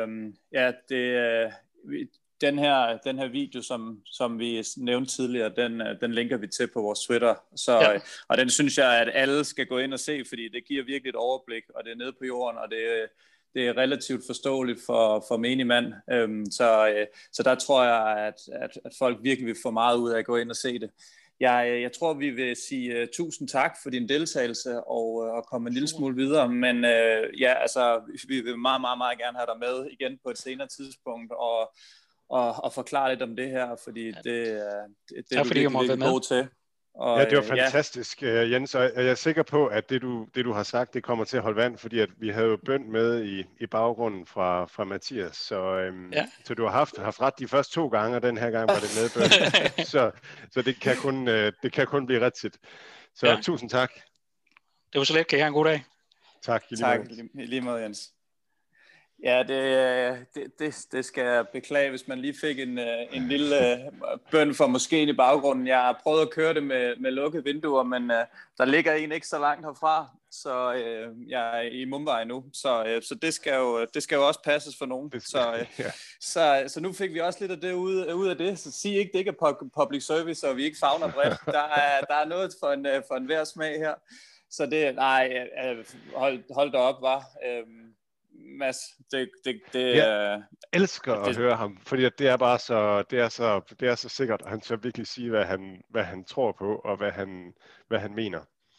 den her video, som vi nævnte tidligere, den linker vi til på vores Twitter, og den synes jeg, at alle skal gå ind og se, fordi det giver virkelig et overblik, og det er nede på jorden, og det er relativt forståeligt for menig mand, så der tror jeg, at folk virkelig vil få meget ud af at gå ind og se det. Jeg tror, vi vil sige tusind tak for din deltagelse og komme en lille smule videre, men vi vil meget, meget, meget gerne have dig med igen på et senere tidspunkt og forklare lidt om det her, fordi det er du virkelig god til. Og, ja, det var fantastisk, Jens, og jeg er sikker på, at det du har sagt, det kommer til at holde vand, fordi at vi havde jo bøn med i baggrunden fra Mathias, så du har haft ret de første 2 gange, og den her gang var det med bøn, så det kan kun blive rigtigt. Så tusind tak. Det var så let, kan jeg have en god dag. Tak. I lige måde, Jens. Ja, det skal jeg beklage, hvis man lige fik en lille bøn for moskeen i baggrunden. Jeg har prøvet at køre det med lukkede vinduer, men der ligger en ikke så langt herfra, så jeg er i Mumbai nu. Så det skal jo også passes for nogen. Så nu fik vi også lidt af det ud af det. Så sig ikke, det ikke er public service, og vi ikke favner bredt. Der er noget for enhver smag her. Så hold da op, var. Mads, jeg elsker at høre ham, fordi det er bare det er så sikkert, og han tør virkelig sige, hvad han tror på, og hvad han mener.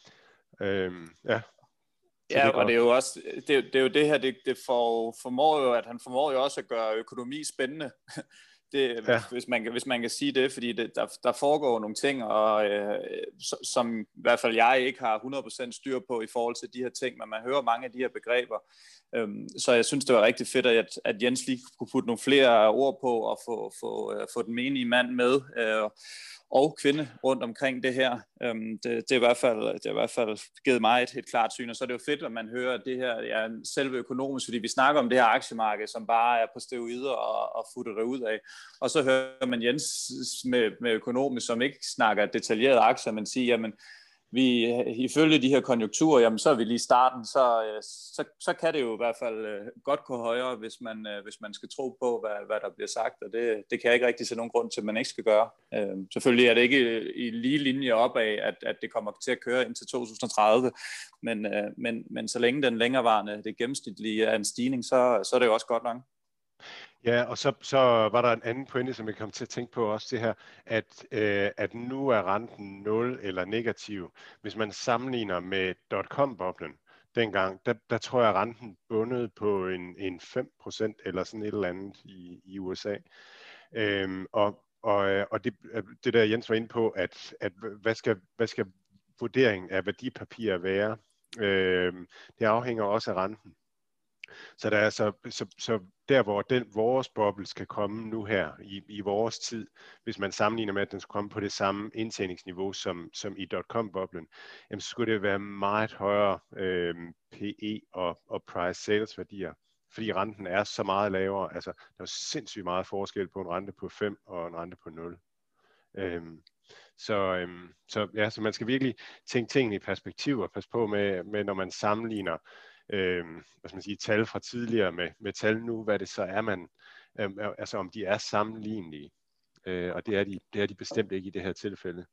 Og det er jo også det her, det formår jo, at han formår jo også at gøre økonomi spændende. hvis man kan sige det, fordi der foregår nogle ting, og som i hvert fald jeg ikke har 100% styr på i forhold til de her ting, men man hører mange af de her begreber. Så jeg synes, det var rigtig fedt, at Jens lige kunne putte nogle flere ord på og få den menige mand med og kvinde rundt omkring det her. Det er i hvert fald givet mig et klart syn, og så er det jo fedt, at man hører, at det her er selve økonomisk, fordi vi snakker om det her aktiemarked, som bare er på steroider og futter derud af. Og så hører man Jens med økonomisk, som ikke snakker detaljeret aktier, men siger, jamen, vi ifølge de her konjunkturer, jamen så er vi lige i starten, så kan det jo i hvert fald godt gå højere, hvis man skal tro på, hvad der bliver sagt, og det kan jeg ikke rigtig se nogen grund til, at man ikke skal gøre. Selvfølgelig er det ikke i lige linje opad, at det kommer til at køre indtil 2030, men så længe den længerevarende, det gennemsnitlige er en stigning, så er det jo også godt nok. Ja, og så var der en anden pointe, som jeg kom til at tænke på også, det her, at nu er renten 0 eller negativ. Hvis man sammenligner med .com-boblen dengang, der tror jeg, renten bundet på en 5% eller sådan et eller andet i USA. Og det der Jens var inde på, at hvad skal vurderingen af værdipapirer være? Det afhænger også af renten. Så der er så der, hvor vores boble skal komme nu her i vores tid, hvis man sammenligner med, at den skal komme på det samme indtjeningsniveau som i .com-boblen, jamen, så skulle det være meget højere PE og price sales værdier, fordi renten er så meget lavere. Altså, der er sindssygt meget forskel på en rente på 5 og en rente på 0. Så man skal virkelig tænke tingene i perspektiv og passe på med når man sammenligner hvad skal man sige, tal fra tidligere med tal nu, hvad det så er, man altså om de er sammenlignelige, og det er de bestemt ikke i det her tilfælde.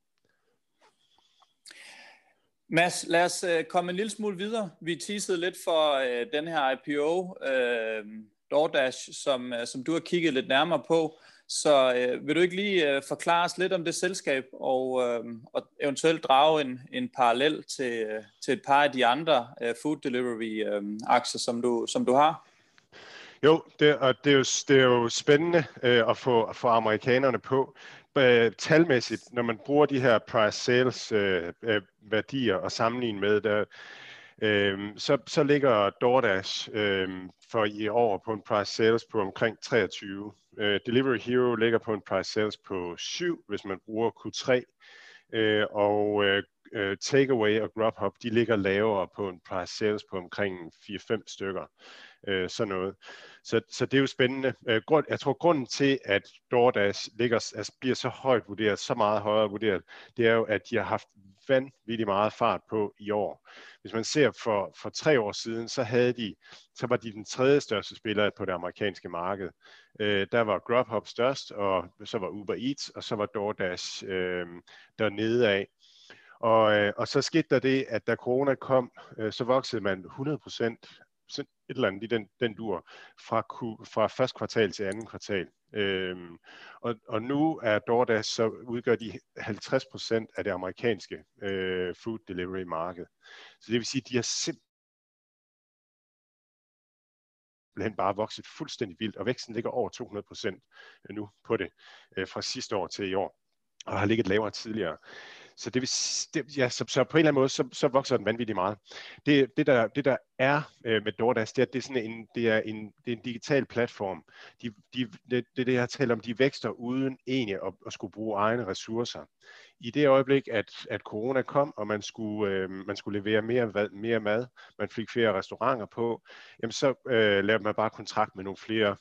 Mads, lad os komme en lille smule videre. Vi teasede lidt for den her IPO, DoorDash, som du har kigget lidt nærmere på. Så vil du ikke lige forklare os lidt om det selskab, og eventuelt drage en parallel til et par af de andre food delivery aktier, som du har? Jo, det er jo spændende at få amerikanerne på. Talmæssigt, når man bruger de her price sales værdier og sammenligne med der, så ligger DoorDash for i år på en price sales på omkring 23. Delivery Hero ligger på en price sales på 7, hvis man bruger Q3. Og Takeaway og Grubhub, de ligger lavere på en price sales på omkring 4-5 stykker. Sådan noget. Så det er jo spændende. Jeg tror, grunden til, at DoorDash bliver så højt vurderet, så meget højere vurderet, det er jo, at de har haft vanvittigt meget fart på i år. Hvis man ser for 3 år siden, så var de den tredje største spiller på det amerikanske marked. Der var Grubhub størst, og så var Uber Eats, og så var DoorDash dernede af. Og så skete der det, at da corona kom, så voksede man 100%, et eller andet i den dur, fra første kvartal til anden kvartal. Og nu er DoorDash, så udgør de 50% af det amerikanske food delivery marked. Så det vil sige, at de har simpelthen bare vokset fuldstændig vildt, og væksten ligger over 200% nu på det, fra sidste år til i år, og har ligget lavere tidligere. Så så på en eller anden måde, så vokser den vanvittigt meget. Det der er med DoorDash, det er, at det er en digital platform. Det jeg har talt om, de vækster uden egentlig at skulle bruge egne ressourcer. I det øjeblik, at corona kom, og man skulle levere mere mad, man fik flere restauranter på, jamen så lavede man bare kontrakt med nogle flere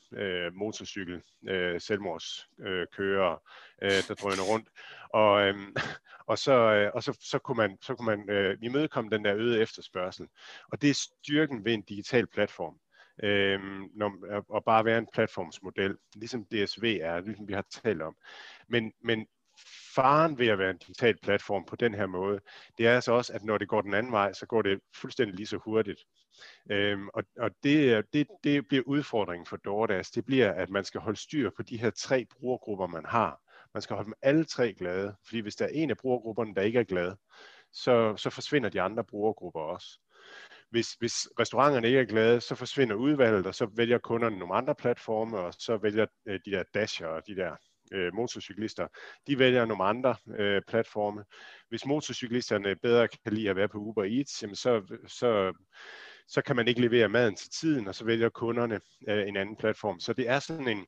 selvmordskørere, der drøner rundt. Og så kunne man imødekomme den der øgede efterspørgsel. Og det er styrken ved en digital platform. Og bare være en platformsmodel, ligesom DSV er, ligesom vi har talt om. Men faren ved at være en digital platform på den her måde, det er altså også, at når det går den anden vej, så går det fuldstændig lige så hurtigt. Og det bliver udfordringen for DoorDash. Det bliver, at man skal holde styr på de her 3 brugergrupper, man har. Man skal holde dem alle 3 glade, fordi hvis der er en af brugergrupperne, der ikke er glad, så forsvinder de andre brugergrupper også. hvis restauranterne ikke er glade, så forsvinder udvalget, og så vælger kunderne nogle andre platforme, og så vælger de der dasher og de der motorcyklister, de vælger nogle andre platforme. Hvis motorcyklisterne bedre kan lide at være på Uber Eats, jamen så kan man ikke levere maden til tiden, og så vælger kunderne en anden platform. Så det er sådan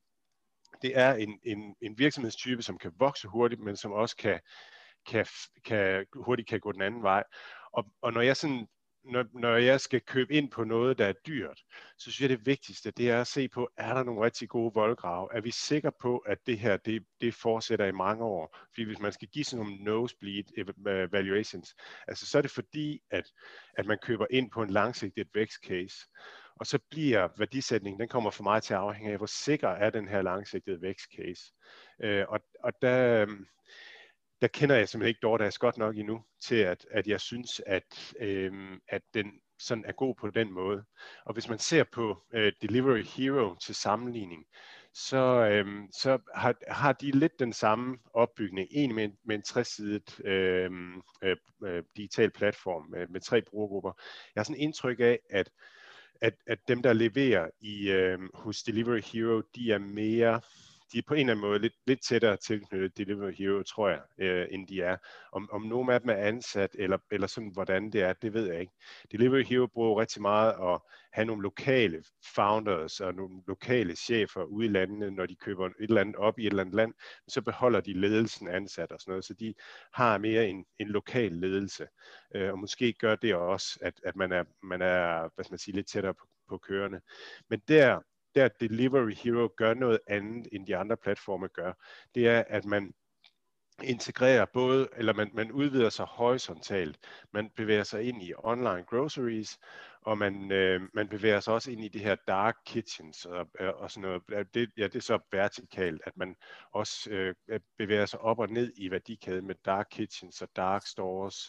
en virksomhedstype, som kan vokse hurtigt, men som også hurtigt kan gå den anden vej. Og når jeg skal købe ind på noget, der er dyrt, så synes jeg, det vigtigste, det er at se på, er der nogle rigtig gode voldgrave? Er vi sikre på, at det her, det fortsætter i mange år? Fordi hvis man skal give sådan nogle nosebleed valuations, altså så er det fordi, at man køber ind på en langsigtet vækstcase. Og så bliver værdisætningen, den kommer for mig til at afhænge af, hvor sikker er den her langsigtede vækstcase. Og der kender jeg simpelthen ikke DoorDash godt nok endnu til, at jeg synes, at den sådan er god på den måde. Og hvis man ser på Delivery Hero til sammenligning, så har de lidt den samme opbygning, egentlig med en 60-sidet digital platform med 3 brugergrupper. Jeg har sådan indtryk af, at dem, der leverer hos Delivery Hero, de er på en eller anden måde lidt tættere tilknyttet Delivery Hero, tror jeg, end de er. Om nogle af dem er ansat, eller sådan, hvordan det er, det ved jeg ikke. Delivery Hero bruger rigtig meget at have nogle lokale founders og nogle lokale chefer ude i landene, når de køber et eller andet op i et eller andet land, så beholder de ledelsen ansat og sådan noget, så de har mere en lokal ledelse. Og måske gør det også, at man er hvad skal man sige, lidt tættere på kørende. Men der Delivery Hero gør noget andet, end de andre platforme gør, det er, at man integrerer man udvider sig horisontalt. Man bevæger sig ind i online groceries, og man bevæger sig også ind i de her dark kitchens og sådan noget. Det er så vertikalt, at man også bevæger sig op og ned i værdikæden med dark kitchens og dark stores.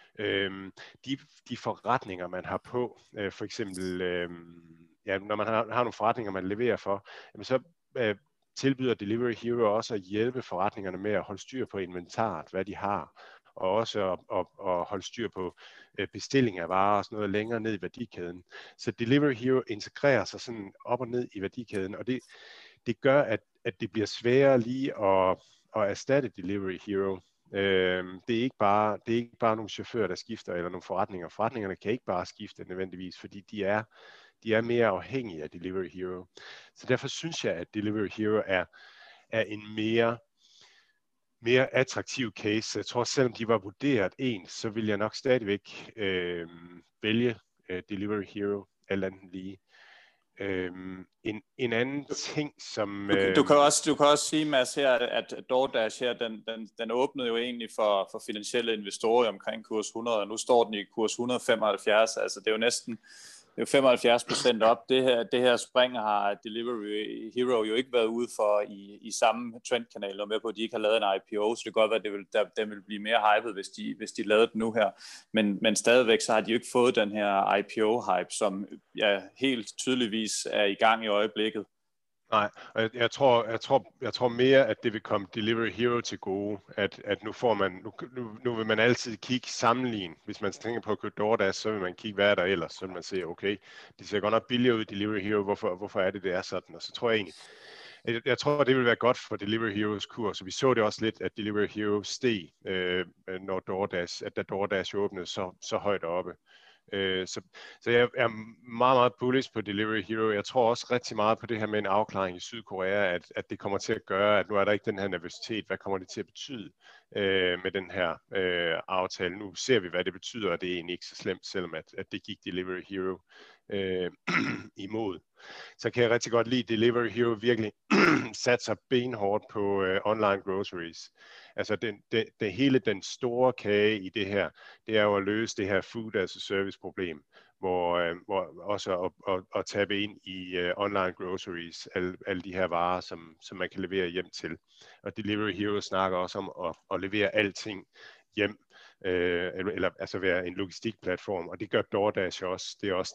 De forretninger, man har på, for eksempel, når man har nogle forretninger, man leverer for, jamen så tilbyder Delivery Hero også at hjælpe forretningerne med at holde styr på inventaret, hvad de har, og også at holde styr på bestilling af varer og sådan noget længere ned i værdikæden. Så Delivery Hero integrerer sig sådan op og ned i værdikæden, og det gør, at det bliver sværere lige at erstatte Delivery Hero. Det er ikke bare nogle chauffører, der skifter, eller nogle forretninger. Forretningerne kan ikke bare skifte nødvendigvis, fordi de er mere afhængige af Delivery Hero. Så derfor synes jeg, at Delivery Hero er en mere attraktiv case. Jeg tror, selvom de var vurderet ens, så vil jeg nok stadigvæk vælge Delivery Hero alt andet lige. En anden ting, som... Du kan også sige, Mads, her, at DoorDash her, den åbnede jo egentlig for finansielle investorer omkring kurs 100, og nu står den i kurs 175. Altså det er jo næsten 75% op. Det her spring har Delivery Hero jo ikke været ude for i samme trendkanal, og med på, at de ikke har lavet en IPO, så det kan godt være, at den vil blive mere hyped, hvis de lavede den nu her. Men stadigvæk så har de jo ikke fået den her IPO-hype, som helt tydeligvis er i gang i øjeblikket. Nej, og jeg tror mere, at det vil komme Delivery Hero til gode, at nu vil man altid kigge sammenligne. Hvis man tænker på at købe DoorDash, så vil man kigge, hvad er der ellers, så vil man se, okay, det ser godt nok billigere ud i Delivery Hero, hvorfor er det er sådan, og så tror jeg tror, det vil være godt for Delivery Heroes kurs, så vi så det også lidt, at Delivery Hero steg, da DoorDash åbnede så højt oppe. Så jeg er meget, meget bullish på Delivery Hero. Jeg tror også rigtig meget på det her med en afklaring i Sydkorea, at det kommer til at gøre, at nu er der ikke den her nervøsitet. Hvad kommer det til at betyde med den her aftale? Nu ser vi, hvad det betyder, og det er egentlig ikke så slemt, selvom at det gik Delivery Hero imod. Så kan jeg rigtig godt lide, at Delivery Hero virkelig satser benhårdt på online groceries. Altså hele den store kage i det her, det er jo at løse det her food as a service problem, hvor også at tabe ind i online groceries, alle de her varer, som man kan levere hjem til. Og Delivery Hero snakker også om at levere alting hjem, eller altså være en logistikplatform, og det gør DoorDash også. Det er også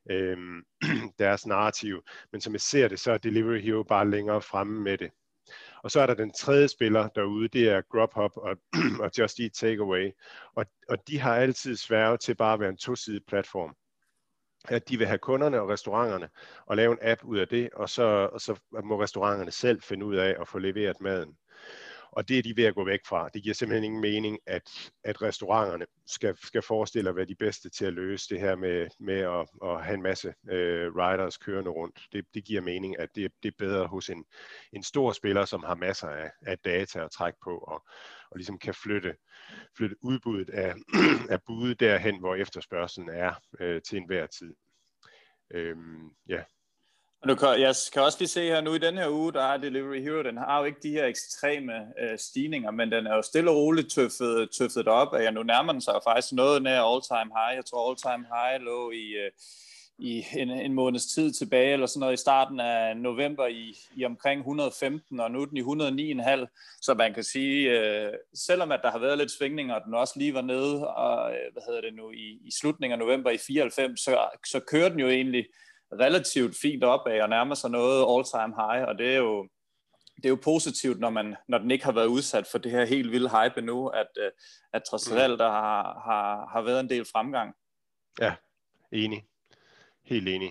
deres narrativ. Men som jeg ser det, så er Delivery Hero bare længere fremme med det. Og så er der den tredje spiller derude, det er Grubhub og Just Eat Takeaway. Og de har altid sværget til bare at være en tosidig platform. At de vil have kunderne og restauranterne og lave en app ud af det, og så må restauranterne selv finde ud af at få leveret maden. Og det er de ved at gå væk fra. Det giver simpelthen ingen mening, at restauranterne skal forestille at være de bedste til at løse det her med at have en masse riders kørende rundt. Det giver mening, at det er bedre hos en stor spiller, som har masser af data at trække på, og ligesom kan flytte udbuddet af bud derhen, hvor efterspørgselen er til enhver tid. Ja. Jeg kan også lige se her nu i den her uge, der er Delivery Hero, den har jo ikke de her ekstreme stigninger, men den er jo stille og roligt tøffet op, og nu nærmer den sig jo faktisk noget nær all-time high. Jeg tror all-time high lå i en måneds tid tilbage, eller sådan noget i starten af november i omkring 115, og nu er den i 109,5, så man kan sige, selvom at der har været lidt svingninger, og den også lige var nede, og i slutningen af november i 94, så kører den jo egentlig relativt fint opad og nærmer sig noget all-time high, og det er jo positivt, når den ikke har været udsat for det her helt vilde hype endnu, at trods alt der har været en del fremgang. Ja, enig. Helt enig.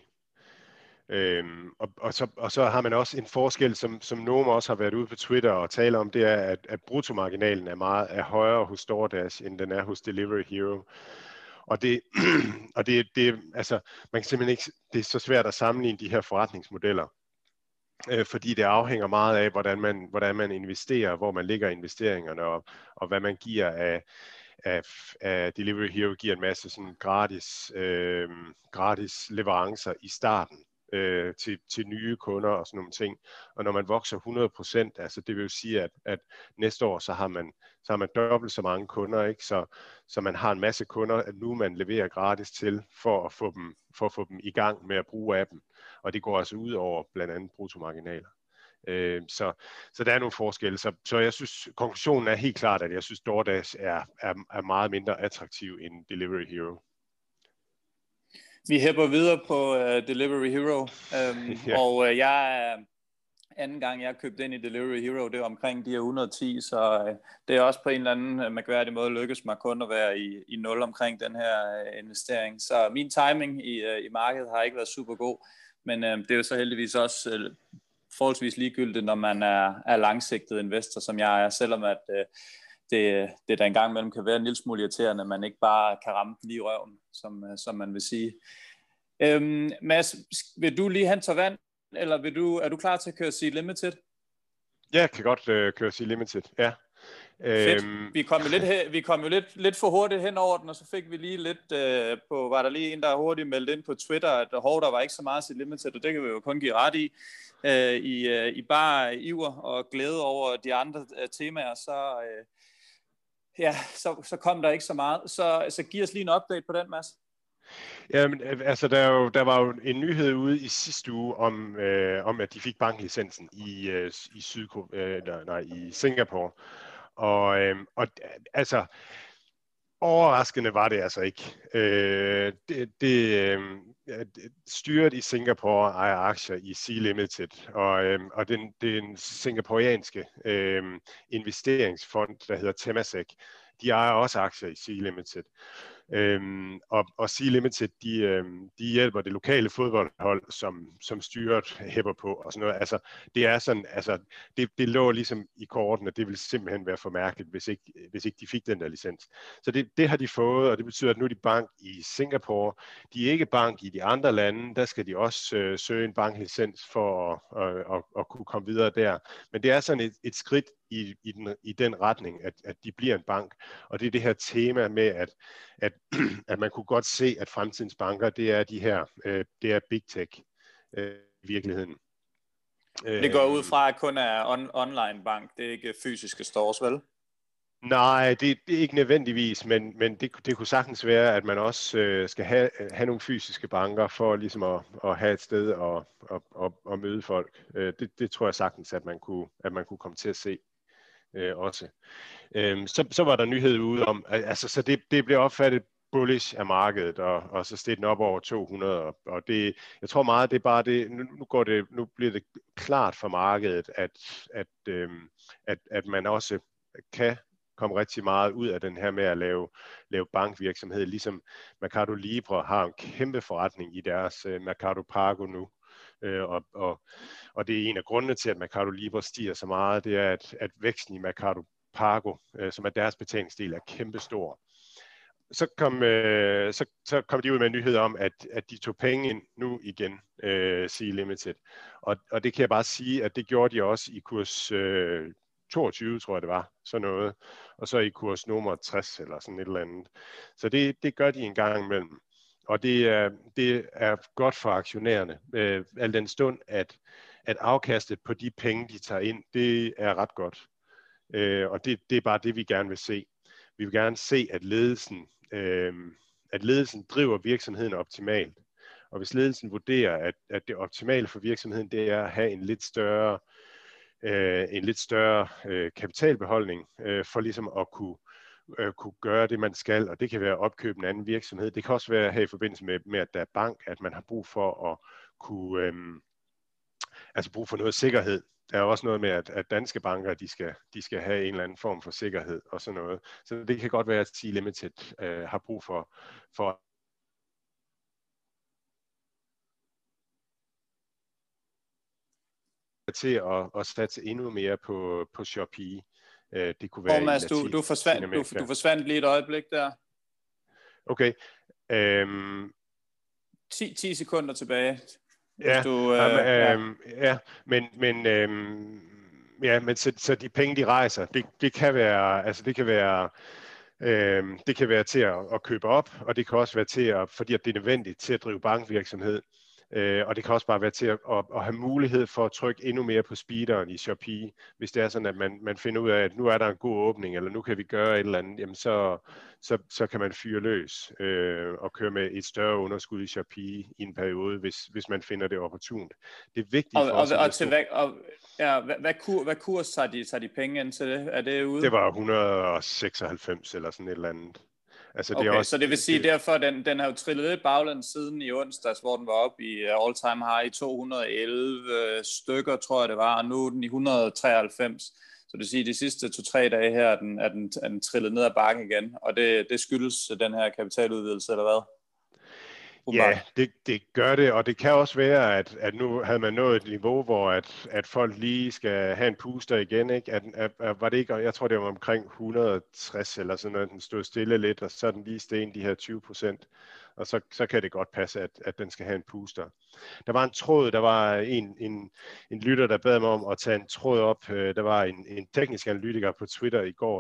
Og så har man også en forskel, som nogen også har været ude på Twitter og tale om, det er, at bruttomarginalen er højere hos DoorDash, end den er hos Delivery Hero. Og det altså, man kan simpelthen ikke, det er så svært at sammenligne de her forretningsmodeller, fordi det afhænger meget af, hvordan man investerer, hvor man lægger investeringerne, og hvad man giver af Delivery Hero giver en masse sådan gratis leverancer i starten til nye kunder og sådan nogle ting. Og når man vokser 100%, altså det vil jo sige, at næste år så har man dobbelt så mange kunder, ikke? Så man har en masse kunder, at nu man leverer gratis til for at få dem i gang med at bruge appen. Og det går altså ud over blandt andet bruttomarginaler. Så der er nogle forskelle. Så jeg synes, konklusionen er helt klart, at jeg synes, DoorDash er meget mindre attraktiv end Delivery Hero. Vi hæpper videre på Delivery Hero, Ja. og anden gang jeg købte ind i Delivery Hero, det var omkring de her 110, så det er også på en eller anden mærkværdig måde lykkes mig kun at være i nul omkring den her investering. Så min timing i markedet har ikke været super god, men det er jo så heldigvis også forholdsvis ligegyldigt, når man er langsigtet investor, som jeg er, selvom at det der engang imellem kan være en lille smule irriterende, at man ikke bare kan ramme den lige i røven, som man vil sige. Mads, vil du lige have en tår vand, eller er du klar til at køre Sea Limited? Ja, jeg kan godt køre Sea Limited, ja. Fedt. Vi kom jo lidt for hurtigt hen over den, og så fik vi lige lidt var der lige en, der hurtigt meldte ind på Twitter, at der var ikke så meget Sea Limited, og det kan vi jo kun give ret i. I bare iver og glæde over de andre temaer, så kom der ikke så meget. Så giv os lige en update på den, Mads. Jamen, altså der var jo en nyhed ude i sidste uge om at de fik banklicensen i Singapore. Og altså overraskende var det altså ikke. Styret i Singapore ejer aktier i Sea Limited, og den singaporeanske investeringsfond, der hedder Temasek, de ejer også aktier i Sea Limited. Og Sea Limited, de hjælper det lokale fodboldhold, som styret hæpper på og sådan noget. Altså, det er sådan, altså, det lå ligesom i korten, at det ville simpelthen være for mærkeligt, hvis ikke de fik den der licens. Så det har de fået, og det betyder, at nu er de bank i Singapore. De er ikke bank i de andre lande, der skal de også søge en banklicens for at kunne komme videre der. Men det er sådan et skridt i den retning, at de bliver en bank. Og det er det her tema med, at man kunne godt se, at fremtidens banker, det er det er big tech i virkeligheden. Det går ud fra, at kun er online bank, det er ikke fysiske stores, vel? Nej, det er ikke nødvendigvis, men det kunne sagtens være, at man også skal have nogle fysiske banker for ligesom at have et sted og møde folk. Det tror jeg sagtens, at man kunne komme til at se også. Så var der nyhed ude om, altså så det blev opfattet bullish af markedet, og så steg den op over 200, og det, jeg tror meget, det er bare det, nu bliver det klart for markedet, at man også kan komme rigtig meget ud af den her med at lave bankvirksomhed, ligesom Mercado Libre har en kæmpe forretning i deres Mercado Pago nu, og det er en af grundene til, at Mercado Libre stiger så meget, det er, at væksten i Mercado Pago, som er deres betalingsdel, er kæmpestor. Så kom de ud med en nyhed om, at de tog penge ind nu igen, Sea Limited. Og det kan jeg bare sige, at det gjorde de også i kurs 22, tror jeg det var, sådan noget. Og så i kurs nummer 60 eller sådan et eller andet. Så det gør de en gang imellem. Og det er godt for aktionærerne, al den stund, at afkastet på de penge, de tager ind, det er ret godt. Og det er bare det, vi gerne vil se. Vi vil gerne se, at ledelsen driver virksomheden optimalt. Og hvis ledelsen vurderer, at det optimale for virksomheden, det er at have en lidt større kapitalbeholdning, for ligesom at kunne gøre det, man skal, og det kan være at opkøbe en anden virksomhed. Det kan også være her i forbindelse med at der er bank, at man har brug for at kunne, brug for noget sikkerhed. Der er også noget med, at danske banker, de skal have en eller anden form for sikkerhed og sådan noget. Så det kan godt være, at Sea Limited har brug for til at satse endnu mere på Shopee. Det kunne være Mads, du forsvandt lige et øjeblik der. Okay. 10 sekunder tilbage. Ja, men så de penge, de rejser, det kan være, altså det kan være til at købe op, og det kan også være til fordi at det er nødvendigt til at drive bankvirksomhed. Og det kan også bare være til at have mulighed for at trykke endnu mere på speederen i Shopee, hvis det er sådan, at man finder ud af, at nu er der en god åbning, eller nu kan vi gøre et eller andet, jamen så kan man fyre løs og køre med et større underskud i Shopee i en periode, hvis man finder det opportunt. Det er vigtigt for os. Hvad kurs tager de penge ind til det? Er det ude? Det var 196 eller sådan et eller andet. Altså, okay, det er også, så det vil sige, derfor den har jo trillet lidt baglæns siden i onsdags, hvor den var oppe i all-time high i 211 stykker, tror jeg det var, og nu er den i 193. Så det vil sige, at de sidste 2-3 dage her er den trillet ned ad bakken igen, og det skyldes den her kapitaludvidelse, eller hvad? Ja, det gør det, og det kan også være, at nu havde man nået et niveau, hvor at folk lige skal have en puster igen, ikke? Var det ikke, jeg tror det var omkring 160 eller sådan noget, den stod stille lidt, og så er den lige sten de her 20%, og så kan det godt passe, at den skal have en puster. Der var en tråd, der var en lytter, der bad mig om at tage en tråd op. Der var en teknisk analytiker på Twitter i går,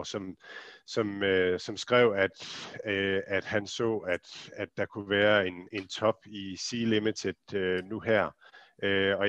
som skrev, at han så, at der kunne være en top i Sea Limited nu her. Og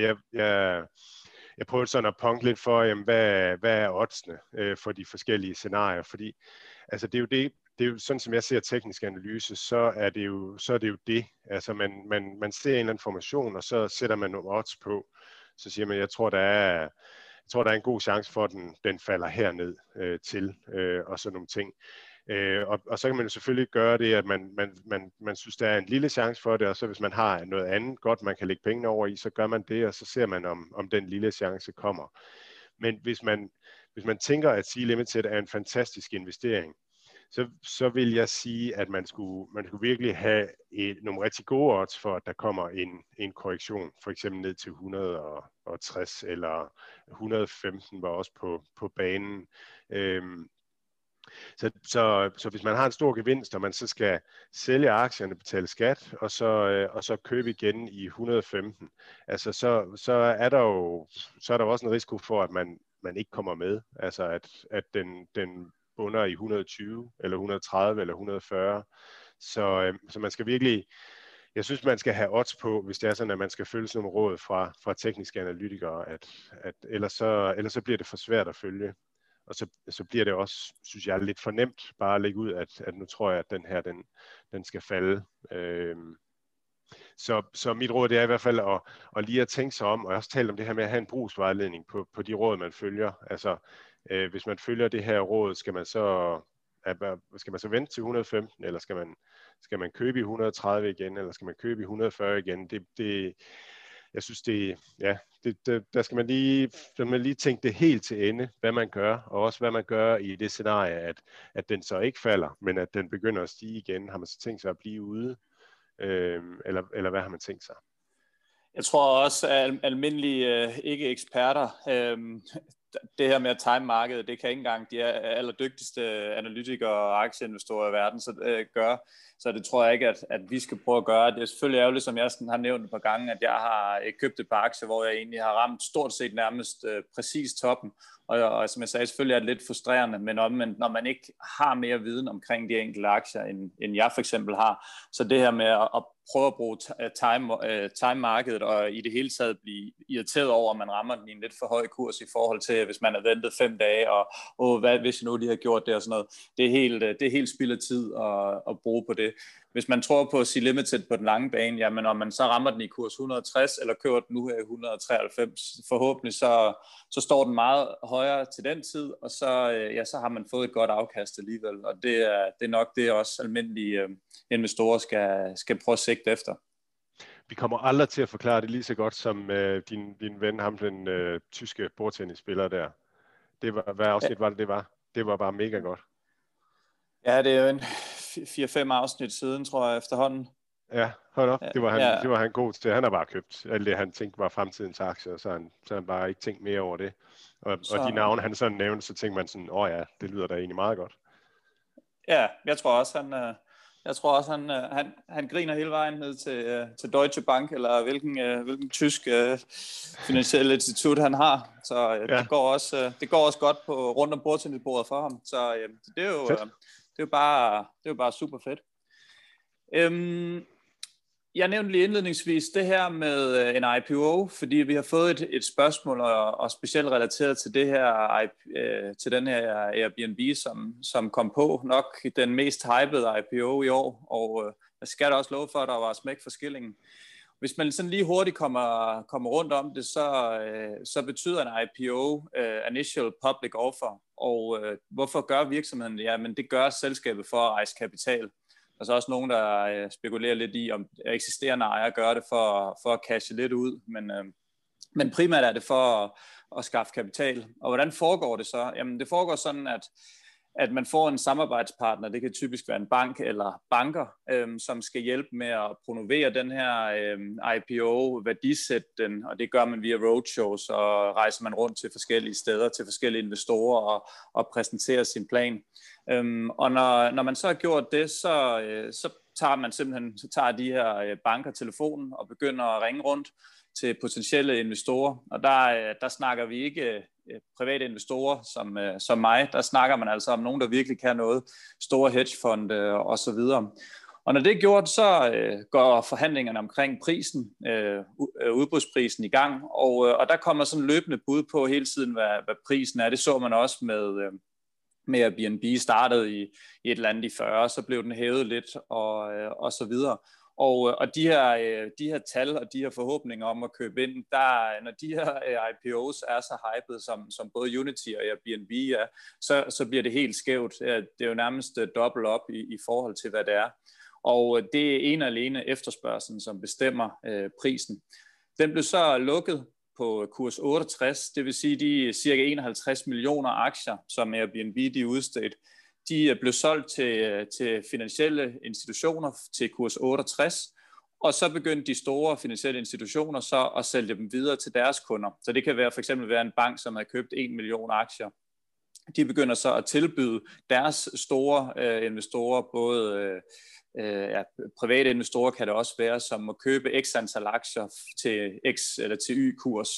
jeg prøvede sådan at punke lidt for, jamen, hvad er oddsene for de forskellige scenarier, fordi altså, det er jo sådan, som jeg ser teknisk analyse, så er det jo det. Altså man ser en eller anden formation, og så sætter man nogle odds på. Så siger man, jeg tror, der er en god chance for, at den falder herned til, og sådan nogle ting. Og så kan man jo selvfølgelig gøre det, at man synes, der er en lille chance for det, og så hvis man har noget andet godt, man kan lægge pengene over i, så gør man det, og så ser man, om den lille chance kommer. Men hvis man tænker, at Sea Limited er en fantastisk investering, så vil jeg sige, at man skulle virkelig have nogle rigtig gode odds for, at der kommer en korrektion, for eksempel ned til 160 eller 115 var også på banen. Så hvis man har en stor gevinst, og man så skal sælge aktierne, betale skat, og så købe igen i 115, altså så er der jo også en risiko for, at man ikke kommer med, altså at den bunder i 120 eller 130 eller 140, så man skal virkelig, jeg synes man skal have odds på, hvis det er sådan, at man skal følge sådan nogle råd fra tekniske analytikere, at ellers så bliver det for svært at følge. Og så bliver det også, synes jeg, lidt for nemt bare at lægge ud, at nu tror jeg, at den her, den skal falde. Så mit råd, det er i hvert fald at lige at tænke sig om, og jeg har også talt om det her med at have en brugsvejledning på de råd, man følger. Altså, hvis man følger det her råd, skal man så skal man så vente til 115, eller skal man købe i 130 igen, eller skal man købe i 140 igen? Jeg synes, der skal man lige tænke det helt til ende, hvad man gør, og også hvad man gør i det scenarie, at den så ikke falder, men at den begynder at stige igen. Har man så tænkt sig at blive ude, eller hvad har man tænkt sig? Jeg tror også, at almindelige ikke-eksperter, det her med at time markedet, det kan ikke engang de allerdygtigste analytikere og aktieinvestorer i verden gøre. Så det tror jeg ikke, at vi skal prøve at gøre. Det er selvfølgelig ærgerligt, som jeg har nævnt et par gange, at jeg har købt et par aktier, hvor jeg egentlig har ramt stort set nærmest præcis toppen. Og som jeg sagde, selvfølgelig er det lidt frustrerende, men omvendt, når man ikke har mere viden omkring de enkelte aktier, end jeg for eksempel har. Så det her med at prøve at bruge time-markedet og i det hele taget blive irriteret over, at man rammer den i en lidt for høj kurs i forhold til, hvis man har ventet 5 dage, og hvad hvis jeg nu lige har gjort det og sådan noget. Det er helt spild af tid at bruge på det. Hvis man tror på at sige limited på den lange bane, jamen når man så rammer den i kurs 160, eller kører den nu her i 193, forhåbentlig så står den meget højere til den tid, og så har man fået et godt afkast alligevel. Og det er nok det også almindelige investorer skal prøve at sigte efter. Vi kommer aldrig til at forklare det lige så godt som din ven, ham den tyske bordtennisspiller der. Hvad afsnit var det, det var? Det var bare mega godt. Ja, det er jo en 4-5 afsnit siden, tror jeg, efterhånden. Ja, hold op. Det var han god til. Han har bare købt alt det, han tænkte var fremtidens aktier, og så har han bare ikke tænkt mere over det. Og de navne, han sådan nævnte, så tænkte man sådan, ja, det lyder da egentlig meget godt. Ja, jeg tror også, han griner hele vejen ned til Deutsche Bank, eller hvilken tysk finansiel institut han har. Så det går også godt rundt om bordtennisbordet for ham. Så det er jo bare super fedt. Jeg nævnte lige indledningsvis det her med en IPO, fordi vi har fået et spørgsmål, og specielt relateret til det her, til den her Airbnb, som kom på nok den mest hypede IPO i år, og jeg skal da også love for, at der var smæk for skillingen. Hvis man sådan lige hurtigt kommer rundt om det, så betyder en IPO Initial Public Offer, og hvorfor gør virksomheden det? Ja, men det gør selskabet for at rejse kapital. Der er så også nogen, der spekulerer lidt i, om eksisterende ejere gør det for at cashe lidt ud, men primært er det for at skaffe kapital. Og hvordan foregår det så? Jamen det foregår sådan, at man får en samarbejdspartner, det kan typisk være en bank eller banker, som skal hjælpe med at promovere den her IPO, værdisætte den, og det gør man via roadshows, og rejser man rundt til forskellige steder, til forskellige investorer og præsenterer sin plan. Og når man så har gjort det, så tager de her banker telefonen og begynder at ringe rundt til potentielle investorer. Og der snakker vi ikke private investorer som mig. Der snakker man altså om nogen, der virkelig kan noget, store hedgefonde og så videre. Og når det er gjort, så går forhandlingerne omkring prisen, udbudsprisen i gang, og der kommer sådan løbende bud på hele tiden, hvad prisen er. Det så man også med Airbnb startede i et eller andet i 40, så blev den hævet lidt og så videre. Og de her tal og de her forhåbninger om at købe ind, når de her IPOs er så hyped, som både Unity og Airbnb er, så bliver det helt skævt. Det er jo nærmest dobbelt op i forhold til, hvad det er. Og det er en alene efterspørgslen, som bestemmer prisen. Den blev så lukket på kurs 68, det vil sige de cirka 51 millioner aktier, som Airbnb de udstedt. De blev solgt til finansielle institutioner til kurs 68, og så begyndte de store finansielle institutioner så at sælge dem videre til deres kunder. Så det kan for eksempel være en bank, som har købt 1 million aktier. De begynder så at tilbyde deres store investorer, både private investorer kan det også være, som må købe x antal aktier til x eller til y-kurs.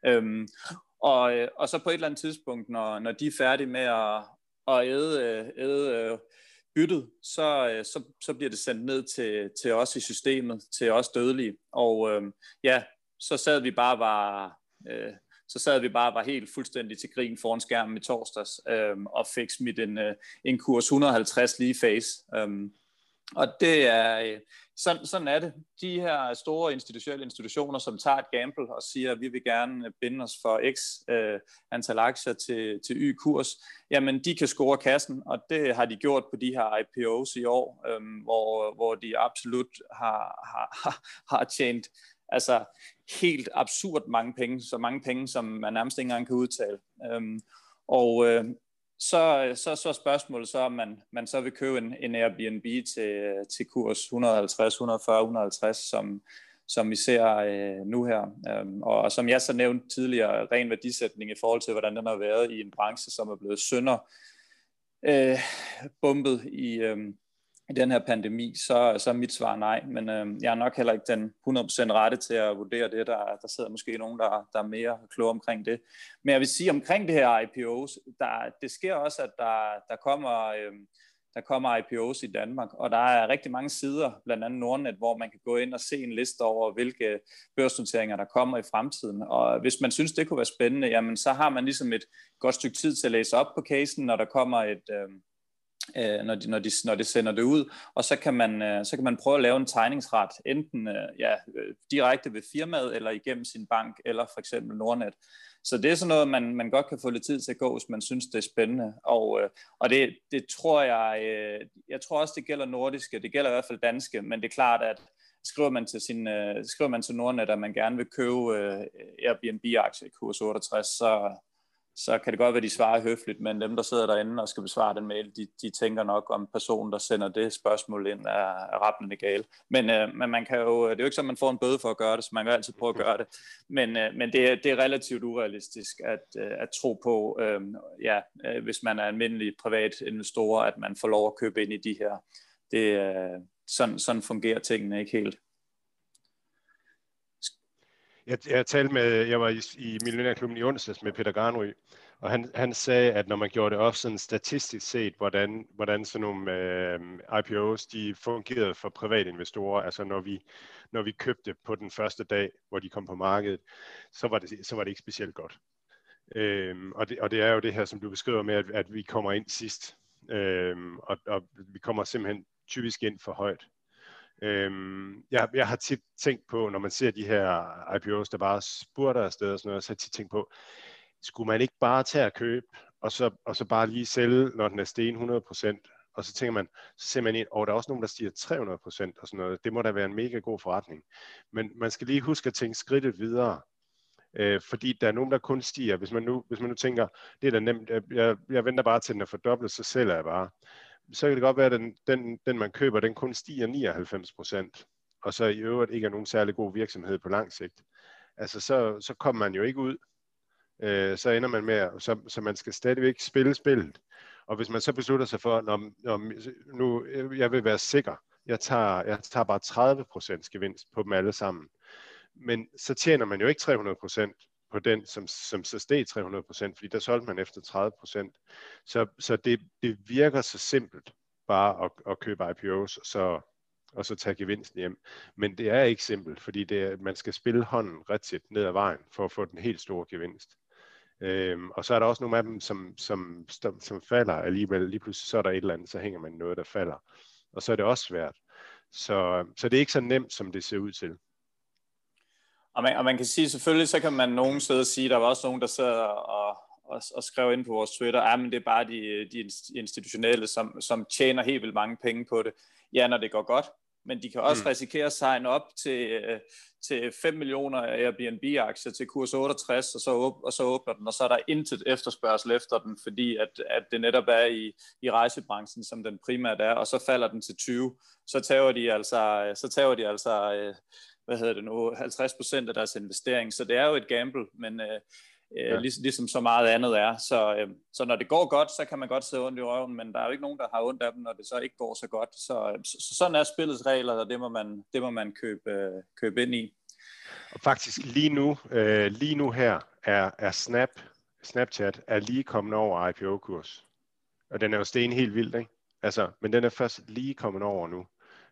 Og så på et eller andet tidspunkt, når de er færdige med at æde byttet, så bliver det sendt ned til os i systemet, til os dødelige. Og så sad vi bare var helt fuldstændig til grin foran skærmen i torsdags, og fik smidt en kurs 150 lige face. Og det er sådan er det. De her store institutioner, som tager et gamble og siger, at vi vil gerne binde os for x antal aktier til y-kurs, jamen de kan score kassen, og det har de gjort på de her IPOs i år, hvor de absolut har tjent altså helt absurd mange penge, så mange penge, som man nærmest ikke engang kan udtale. Så spørgsmålet så, om man så vil købe en Airbnb til kurs 150, 140, 150, som vi ser nu her. Og som jeg så nævnte tidligere, ren værdisætning i forhold til, hvordan den har været i en branche, som er blevet bumpet i den her pandemi, så er mit svar nej. Men jeg er nok heller ikke den 100% rette til at vurdere det. Der sidder måske nogen, der er mere kloge omkring det. Men jeg vil sige, omkring det her IPOs, det sker også, at der kommer IPOs i Danmark, og der er rigtig mange sider, blandt andet Nordnet, hvor man kan gå ind og se en liste over, hvilke børsnoteringer, der kommer i fremtiden. Og hvis man synes, det kunne være spændende, jamen så har man ligesom et godt stykke tid til at læse op på casen, når der kommer når de sender det ud, og så kan man prøve at lave en tegningsret, enten direkte ved firmaet, eller igennem sin bank, eller for eksempel Nordnet. Så det er sådan noget, man godt kan få lidt tid til at gå, hvis man synes, det er spændende. Og det tror jeg tror også, det gælder nordiske, det gælder i hvert fald danske, men det er klart, at skriver man til Nordnet, at man gerne vil købe Airbnb-aktier i kurs 68, så kan det godt være, de svarer høfligt, men dem, der sidder derinde og skal besvare den mail, de tænker nok, om personen, der sender det spørgsmål ind, er rappelende gal. Men man kan jo, det er jo ikke sådan, man får en bøde for at gøre det, så man kan altid prøve at gøre det. Men det er relativt urealistisk at tro på, hvis man er almindelig privat investor, at man får lov at købe ind i de her. Sådan fungerer tingene ikke helt. Jeg var i Millionærklubben i onsdags med Peter Garnry, og han sagde, at når man gjorde det op sådan statistisk set, hvordan sådan nogle IPOs de fungerede for private investorer, altså når vi købte på den første dag, hvor de kom på markedet, så var det ikke specielt godt. Og det er jo det her, som du beskriver med, at vi kommer ind sidst, og vi kommer simpelthen typisk ind for højt. Jeg har tit tænkt på, når man ser de her IPOs, der bare spurter afsted og sådan noget, så har jeg tit tænkt på, skulle man ikke bare tage at købe, og så bare lige sælge, når den er stegen 100%, og så tænker man, så ser man ind, der er også nogen, der stiger 300% og sådan noget. Det må da være en mega god forretning. Men man skal lige huske at tænke skridtet videre, fordi der er nogen, der kun stiger. Hvis man nu tænker, det er da nemt, jeg venter bare til den er fordoblet, så sælger jeg bare. Så kan det godt være, at den man køber, den kun stiger 99%, og så i øvrigt ikke er nogen særlig god virksomhed på lang sigt. Altså så kommer man jo ikke ud. Så ender man med, så man skal stadigvæk spille spillet. Og hvis man så beslutter sig for, nu jeg vil være sikker, jeg tager bare 30% gevinst på dem alle sammen. Men så tjener man jo ikke 300% på den, som så steg 300%, fordi der solgte man efter 30%. Så det virker så simpelt bare at købe IPOs, og så tage gevinsten hjem. Men det er ikke simpelt, fordi man skal spille hånden ret ned ad vejen, for at få den helt store gevinst. Og så er der også nogle af dem, som falder alligevel. Lige pludselig så er der et eller andet, så hænger man noget, der falder. Og så er det også svært. Så det er ikke så nemt, som det ser ud til. Og man kan sige, selvfølgelig så kan man nogen steder sige, der var også nogen, der sidder og skrev ind på vores Twitter, men det er bare de institutionelle, som tjener helt vildt mange penge på det. Ja, når det går godt, men de kan også risikere at signe op til 5 millioner Airbnb-aktier til kurs 68, og så åbner den, og så er der intet efterspørgsel efter den, fordi at det netop er i rejsebranchen, som den primært er, og så falder den til 20. Så tager de altså 50% af deres investering. Så det er jo et gamble, men ligesom så meget andet er. Så når det går godt, så kan man godt sidde ondt i røven, men der er jo ikke nogen, der har ondt af dem, når det så ikke går så godt. Så sådan er spillets regler, og det må man købe ind i. Og faktisk lige nu her er Snapchat er lige kommet over IPO-kurs. Og den er jo sten helt vildt, ikke? Altså, men den er først lige kommet over nu.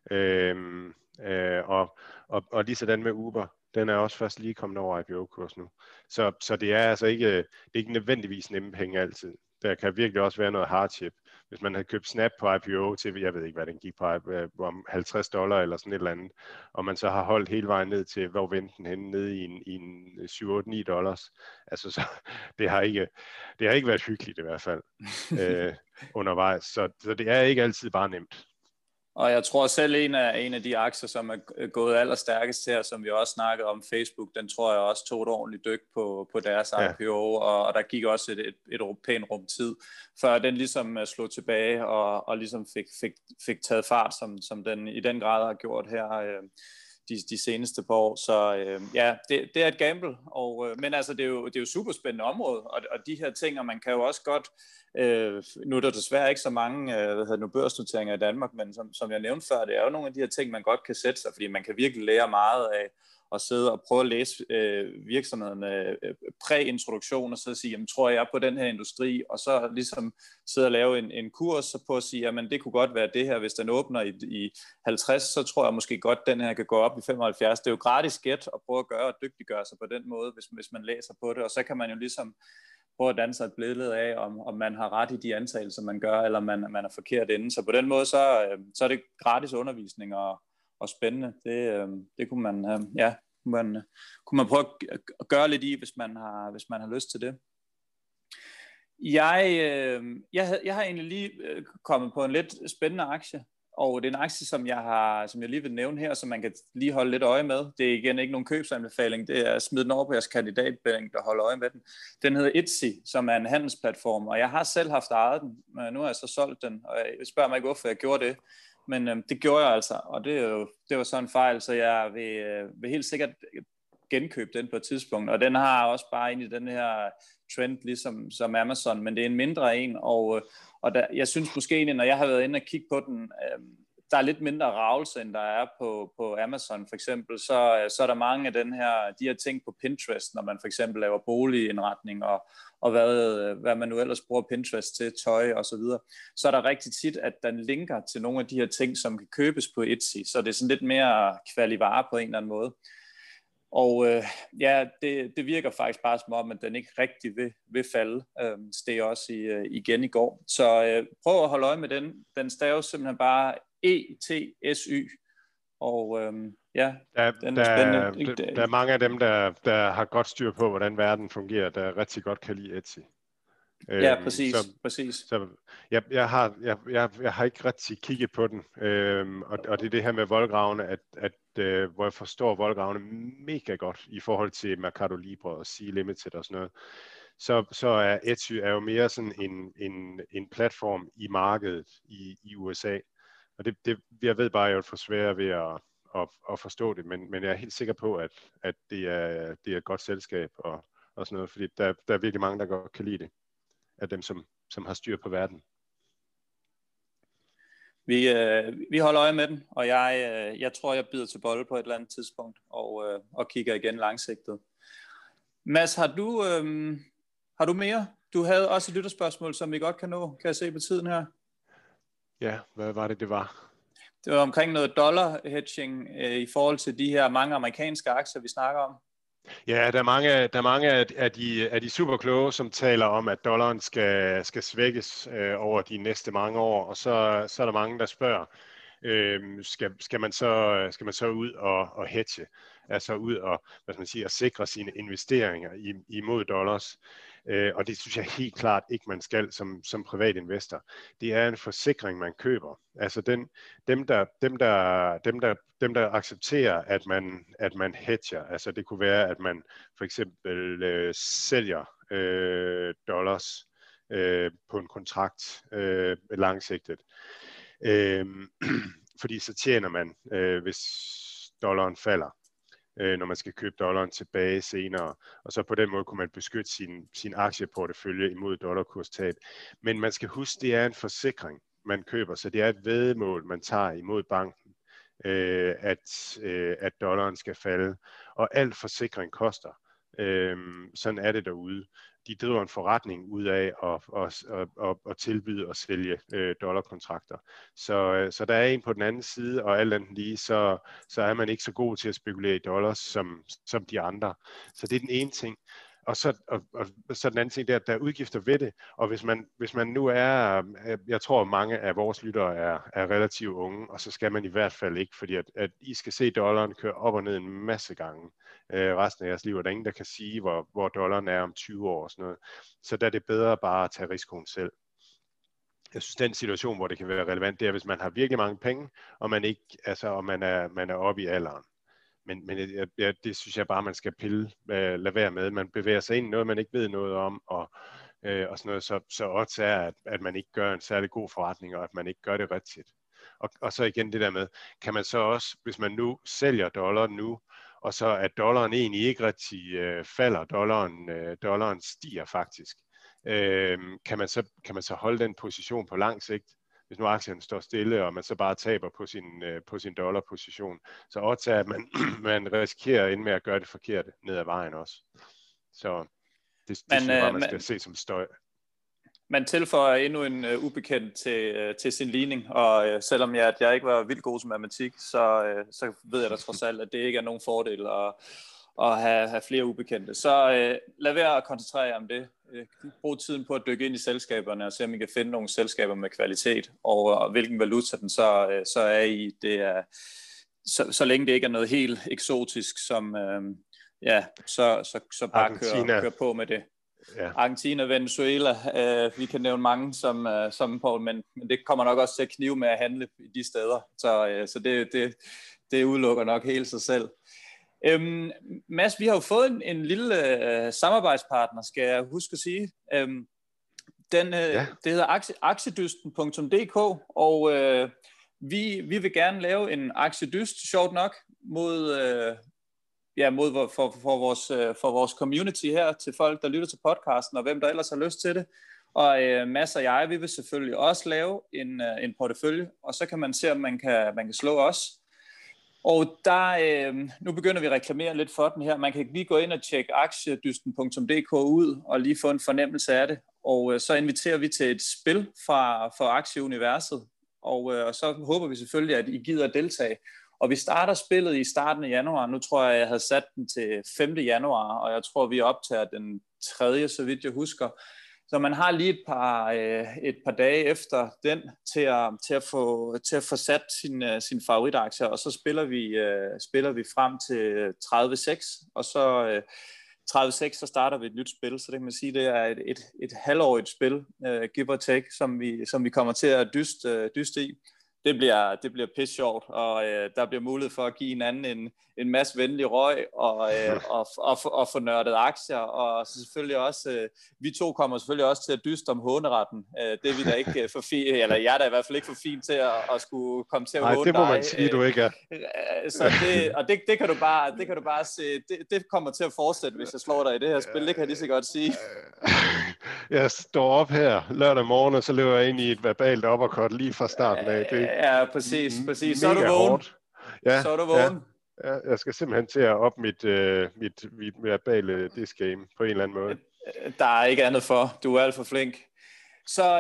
Og lige sådan med Uber, den er også først lige kommet over IPO-kurs nu. Så det er altså ikke nødvendigvis nemme penge altid. Der kan virkelig også være noget hardship. hvis man havde købt Snap på IPO til, jeg ved ikke, hvad den gik på, om $50 eller sådan et eller andet, og man så har holdt hele vejen ned til, hvor vendte den henne, nede i en $7-8-9. Altså, så det har ikke været hyggeligt i hvert fald undervejs. Så det er ikke altid bare nemt. Og jeg tror selv en af de aktier, som er gået allerstærkest her, som vi også snakkede om, Facebook, den tror jeg også tog et ordentligt dyk på deres IPO, og der gik også et pænt rum tid, før den ligesom slog tilbage og ligesom fik taget fart, som den i den grad har gjort her de seneste par år. Så ja, det er et gamble, men altså det er jo super spændende område, og de her ting, og man kan jo også godt, nu er der desværre ikke så mange børsnoteringer i Danmark, men som jeg nævnte før, det er jo nogle af de her ting, man godt kan sætte sig, fordi man kan virkelig lære meget af at sidde og prøve at læse virksomhederne præintroduktion, og så sige, jamen tror jeg på den her industri, og så ligesom sidde og lave en kurs på at sige, jamen det kunne godt være det her, hvis den åbner i 50, så tror jeg måske godt, den her kan gå op i 75. Det er jo gratis gæt at prøve at gøre og dygtiggøre sig på den måde, hvis man læser på det, og så kan man jo ligesom prøve at danne sig et billede af, om man har ret i de antagelser, man gør, eller man er forkert inde. Så på den måde, så er det gratis undervisning og spændende. Det kunne man, kunne man prøve at gøre lidt i, hvis man har lyst til det. Jeg har egentlig lige kommet på en lidt spændende aktie, og det er en aktie, som jeg lige vil nævne her, som man kan lige holde lidt øje med. Det er igen ikke nogen købsanbefaling, det er smid den over på jeres kandidatbænk, der holder øje med den. Den hedder Etsy, som er en handelsplatform, og jeg har selv haft ejet den, men nu har jeg så solgt den, og jeg spørger mig ikke, hvorfor jeg gjorde det. Men det gjorde jeg altså, og det var sådan en fejl, så jeg vil helt sikkert genkøbe den på et tidspunkt. Og den har også bare ind i den her trend, ligesom som Amazon, men det er en mindre en, og jeg synes måske egentlig, når jeg har været inde og kigge på den, der er lidt mindre ravelse, end der er på Amazon for eksempel, så er der mange af de her ting på Pinterest, når man for eksempel laver boligindretning og hvad man nu ellers bruger Pinterest til, tøj og så videre, så er der rigtig tit, at den linker til nogle af de her ting, som kan købes på Etsy, så det er sådan lidt mere kvalivare på en eller anden måde. Og det virker faktisk bare som om, at den ikke rigtig vil falde. Steg også igen i går. Så prøv at holde øje med den. Den staves simpelthen bare ETSY. Og den er spændende. Der er mange af dem, der har godt styr på, hvordan verden fungerer, der rigtig godt kan lide Etsy. Ja, præcis. Så jeg har ikke rigtig kigget på den, og det er det her med voldgravene, hvor jeg forstår voldgravene mega godt i forhold til Mercado Libre og C-Limited og sådan noget. Så er Etsy jo mere sådan en platform i markedet i USA, og jeg ved bare, at jeg vil få svært ved at forstå det, men jeg er helt sikker på, at det er et godt selskab og sådan noget, fordi der er virkelig mange, der godt kan lide det, af dem, som har styr på verden. Vi holder øje med den, og jeg tror, jeg bider til bolle på et eller andet tidspunkt, og kigger igen langsigtet. Mads, har du mere? Du havde også et lytterspørgsmål, som vi godt kan nå, kan jeg se på tiden her. Ja, hvad var det var? Det var omkring noget dollar hedging i forhold til de her mange amerikanske aktier, vi snakker om. Ja, der er mange af de superkloge, som taler om, at dollaren skal svækkes over de næste mange år, og så er der mange, der spørger, skal man så ud og hedge, altså ud og at sikre sine investeringer imod dollars. Og det synes jeg helt klart ikke, man skal som privat investor. Det er en forsikring, man køber. Altså dem der accepterer, at man hedger, altså det kunne være, at man for eksempel sælger dollars på en kontrakt langsigtet. Fordi så tjener man, hvis dollaren falder, når man skal købe dollaren tilbage senere, og så på den måde kunne man beskytte sin aktieportefølje imod dollarkurstab. Men man skal huske, det er en forsikring, man køber, så det er et væddemål, man tager imod banken, at dollaren skal falde, og al forsikring koster. Sådan er det derude. De driver en forretning ud af at tilbyde og sælge dollarkontrakter. Så der er en på den anden side, og alt andet lige, så er man ikke så god til at spekulere i dollars som de andre. Så det er den ene ting. Og så den anden ting, det er, at der er udgifter ved det, og hvis man nu er, jeg tror mange af vores lyttere er relativt unge, og så skal man i hvert fald ikke, fordi at I skal se dollaren køre op og ned en masse gange resten af jeres liv, og der er ingen, der kan sige, hvor dollaren er om 20 år og sådan noget. Så der er det bedre bare at tage risikoen selv. Jeg synes, den situation, hvor det kan være relevant, det er, hvis man har virkelig mange penge, og man ikke, altså, og man er oppe i alderen. Men det synes jeg bare, man skal lade være med. Man bevæger sig ind i noget, man ikke ved noget om, og sådan noget. Så odds er, at man ikke gør en særlig god forretning, og at man ikke gør det rigtigt. Og så igen det der med, kan man så også, hvis man nu sælger dollar nu, og så at dollaren egentlig ikke rigtig falder, dollaren stiger faktisk, kan man så holde den position på lang sigt, hvis nu aktien står stille, og man så bare taber på sin dollarposition. Så odds er, at man risikerer ind med at gøre det forkerte ned ad vejen også. Så det synes jeg bare, man skal se som støj. Man tilføjer endnu en ubekendt til sin ligning, og selvom jeg ikke var vildt god som matematik, så ved jeg da trods alt, at det ikke er nogen fordel at have flere ubekendte. Så lad være at koncentrere jer om det. Brug tiden på at dykke ind i selskaberne og se, om I kan finde nogle selskaber med kvalitet, og hvilken valuta den så er i. Det er, så længe det ikke er noget helt eksotisk, som så bare kør på med det. Ja. Argentina, Venezuela, vi kan nævne mange som Poul, men det kommer nok også til at knive med at handle i de steder, så det udelukker nok hele sig selv. Mads, vi har jo fået en lille samarbejdspartner, skal jeg huske at sige. Det hedder aktiedysten.dk, og vi vil gerne lave en aktiedyst, sjovt nok, for vores community her, til folk, der lytter til podcasten, og hvem der ellers har lyst til det. Og Mads og jeg, vi vil selvfølgelig også lave en portefølje, og så kan man se, om man kan slå os. Og nu begynder vi at reklamere lidt for den her. Man kan lige gå ind og tjekke aktiedysten.dk ud, og lige få en fornemmelse af det. Og så inviterer vi til et spil for aktieuniverset, og så håber vi selvfølgelig, at I gider at deltage. Og vi starter spillet i starten af januar. Nu tror jeg havde sat den til 5. januar, og jeg tror, vi optager den 3., så vidt jeg husker. Så man har lige et par dage efter den til at få sat sin favoritaktier, og så spiller vi frem til 30.6, og så 30.6, så starter vi et nyt spil, så det kan man sige, det er et halvårigt spil, give or take, som vi kommer til at dyste i. Det bliver pisse sjovt, og der bliver mulighed for at give hinanden en masse venlig røg og få nørdet aktier, og så selvfølgelig også, vi to kommer selvfølgelig også til at dyste om håneretten. Det er vi da ikke for fint, eller jeg er da i hvert fald ikke for fint til at skulle komme til at håne dig. Nej, det må man sige, du ikke er. Så det kan du bare se, det kommer til at fortsætte, hvis jeg slår dig i det her spil, det kan jeg lige så godt sige. Jeg står op her lørdag morgen, og så løber jeg ind i et verbalt uppercut lige fra starten af. Ja, præcis. Så er du vågen. Ja, så er du vågen. Ja, jeg skal simpelthen til at op mit verbale disc-game på en eller anden måde. Der er ikke andet for. Du er alt for flink. Så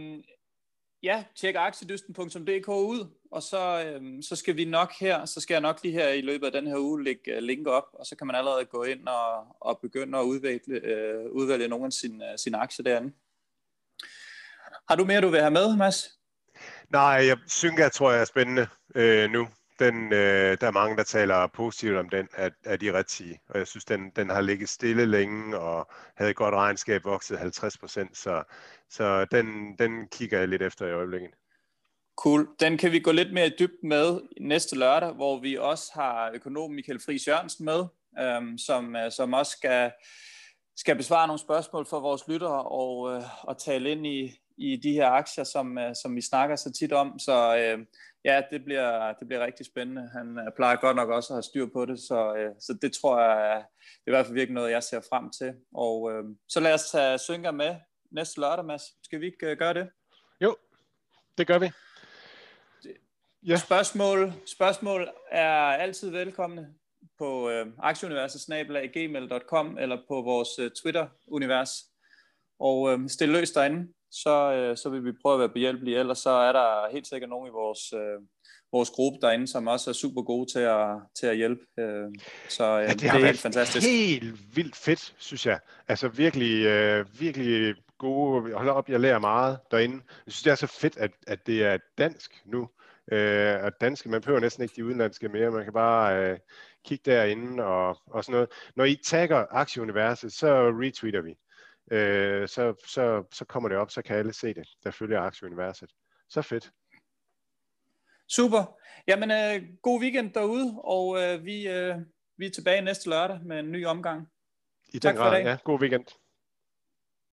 tjek aktiedysten.dk ud, og så skal vi nok skal jeg nok lige her i løbet af den her uge lægge link op, og så kan man allerede gå ind og begynde at udvælge nogle af sine aktier derinde. Har du mere, du vil have med, Mads? Nej, Zynga tror jeg er spændende nu. Der er mange, der taler positivt om den, at de rigtige. Og jeg synes, den har ligget stille længe og havde et godt regnskab, vokset 50%. Så den kigger jeg lidt efter i øjeblikket. Cool. Den kan vi gå lidt mere i dybden med næste lørdag, hvor vi også har økonom Michael Friis Jørgensen med, som også skal besvare nogle spørgsmål for vores lyttere og tale ind i de her aktier, som vi snakker så tit om. Så det bliver rigtig spændende. Han plejer godt nok også at have styr på det, så det tror jeg, det er i hvert fald virkelig noget, jeg ser frem til. Og så lad os tage Zynga med næste lørdag, Mads. Skal vi ikke gøre det? Jo, det gør vi. Ja. Spørgsmål er altid velkomne på aktieuniverset@gmail.com eller på vores Twitter-univers. Og stil løs derinde, så vil vi prøve at være behjælpelige. Ellers så er der helt sikkert nogen i vores gruppe derinde, som også er super gode til at hjælpe. Så det er helt fantastisk. Helt vildt fedt, synes jeg. Altså virkelig, virkelig gode. Hold op, jeg lærer meget derinde. Jeg synes, det er så fedt, at det er dansk nu. Og danske, man behøver næsten ikke de udenlandske mere. Man kan bare kigge derinde og sådan noget. Når I tagger Aktieuniverset, så retweeter vi. Så kommer det op, så kan alle se det, der følger Aktieuniverset. Så fedt. Super. Jamen, god weekend derude, og vi er tilbage næste lørdag med en ny omgang. I den grad, ja. God weekend.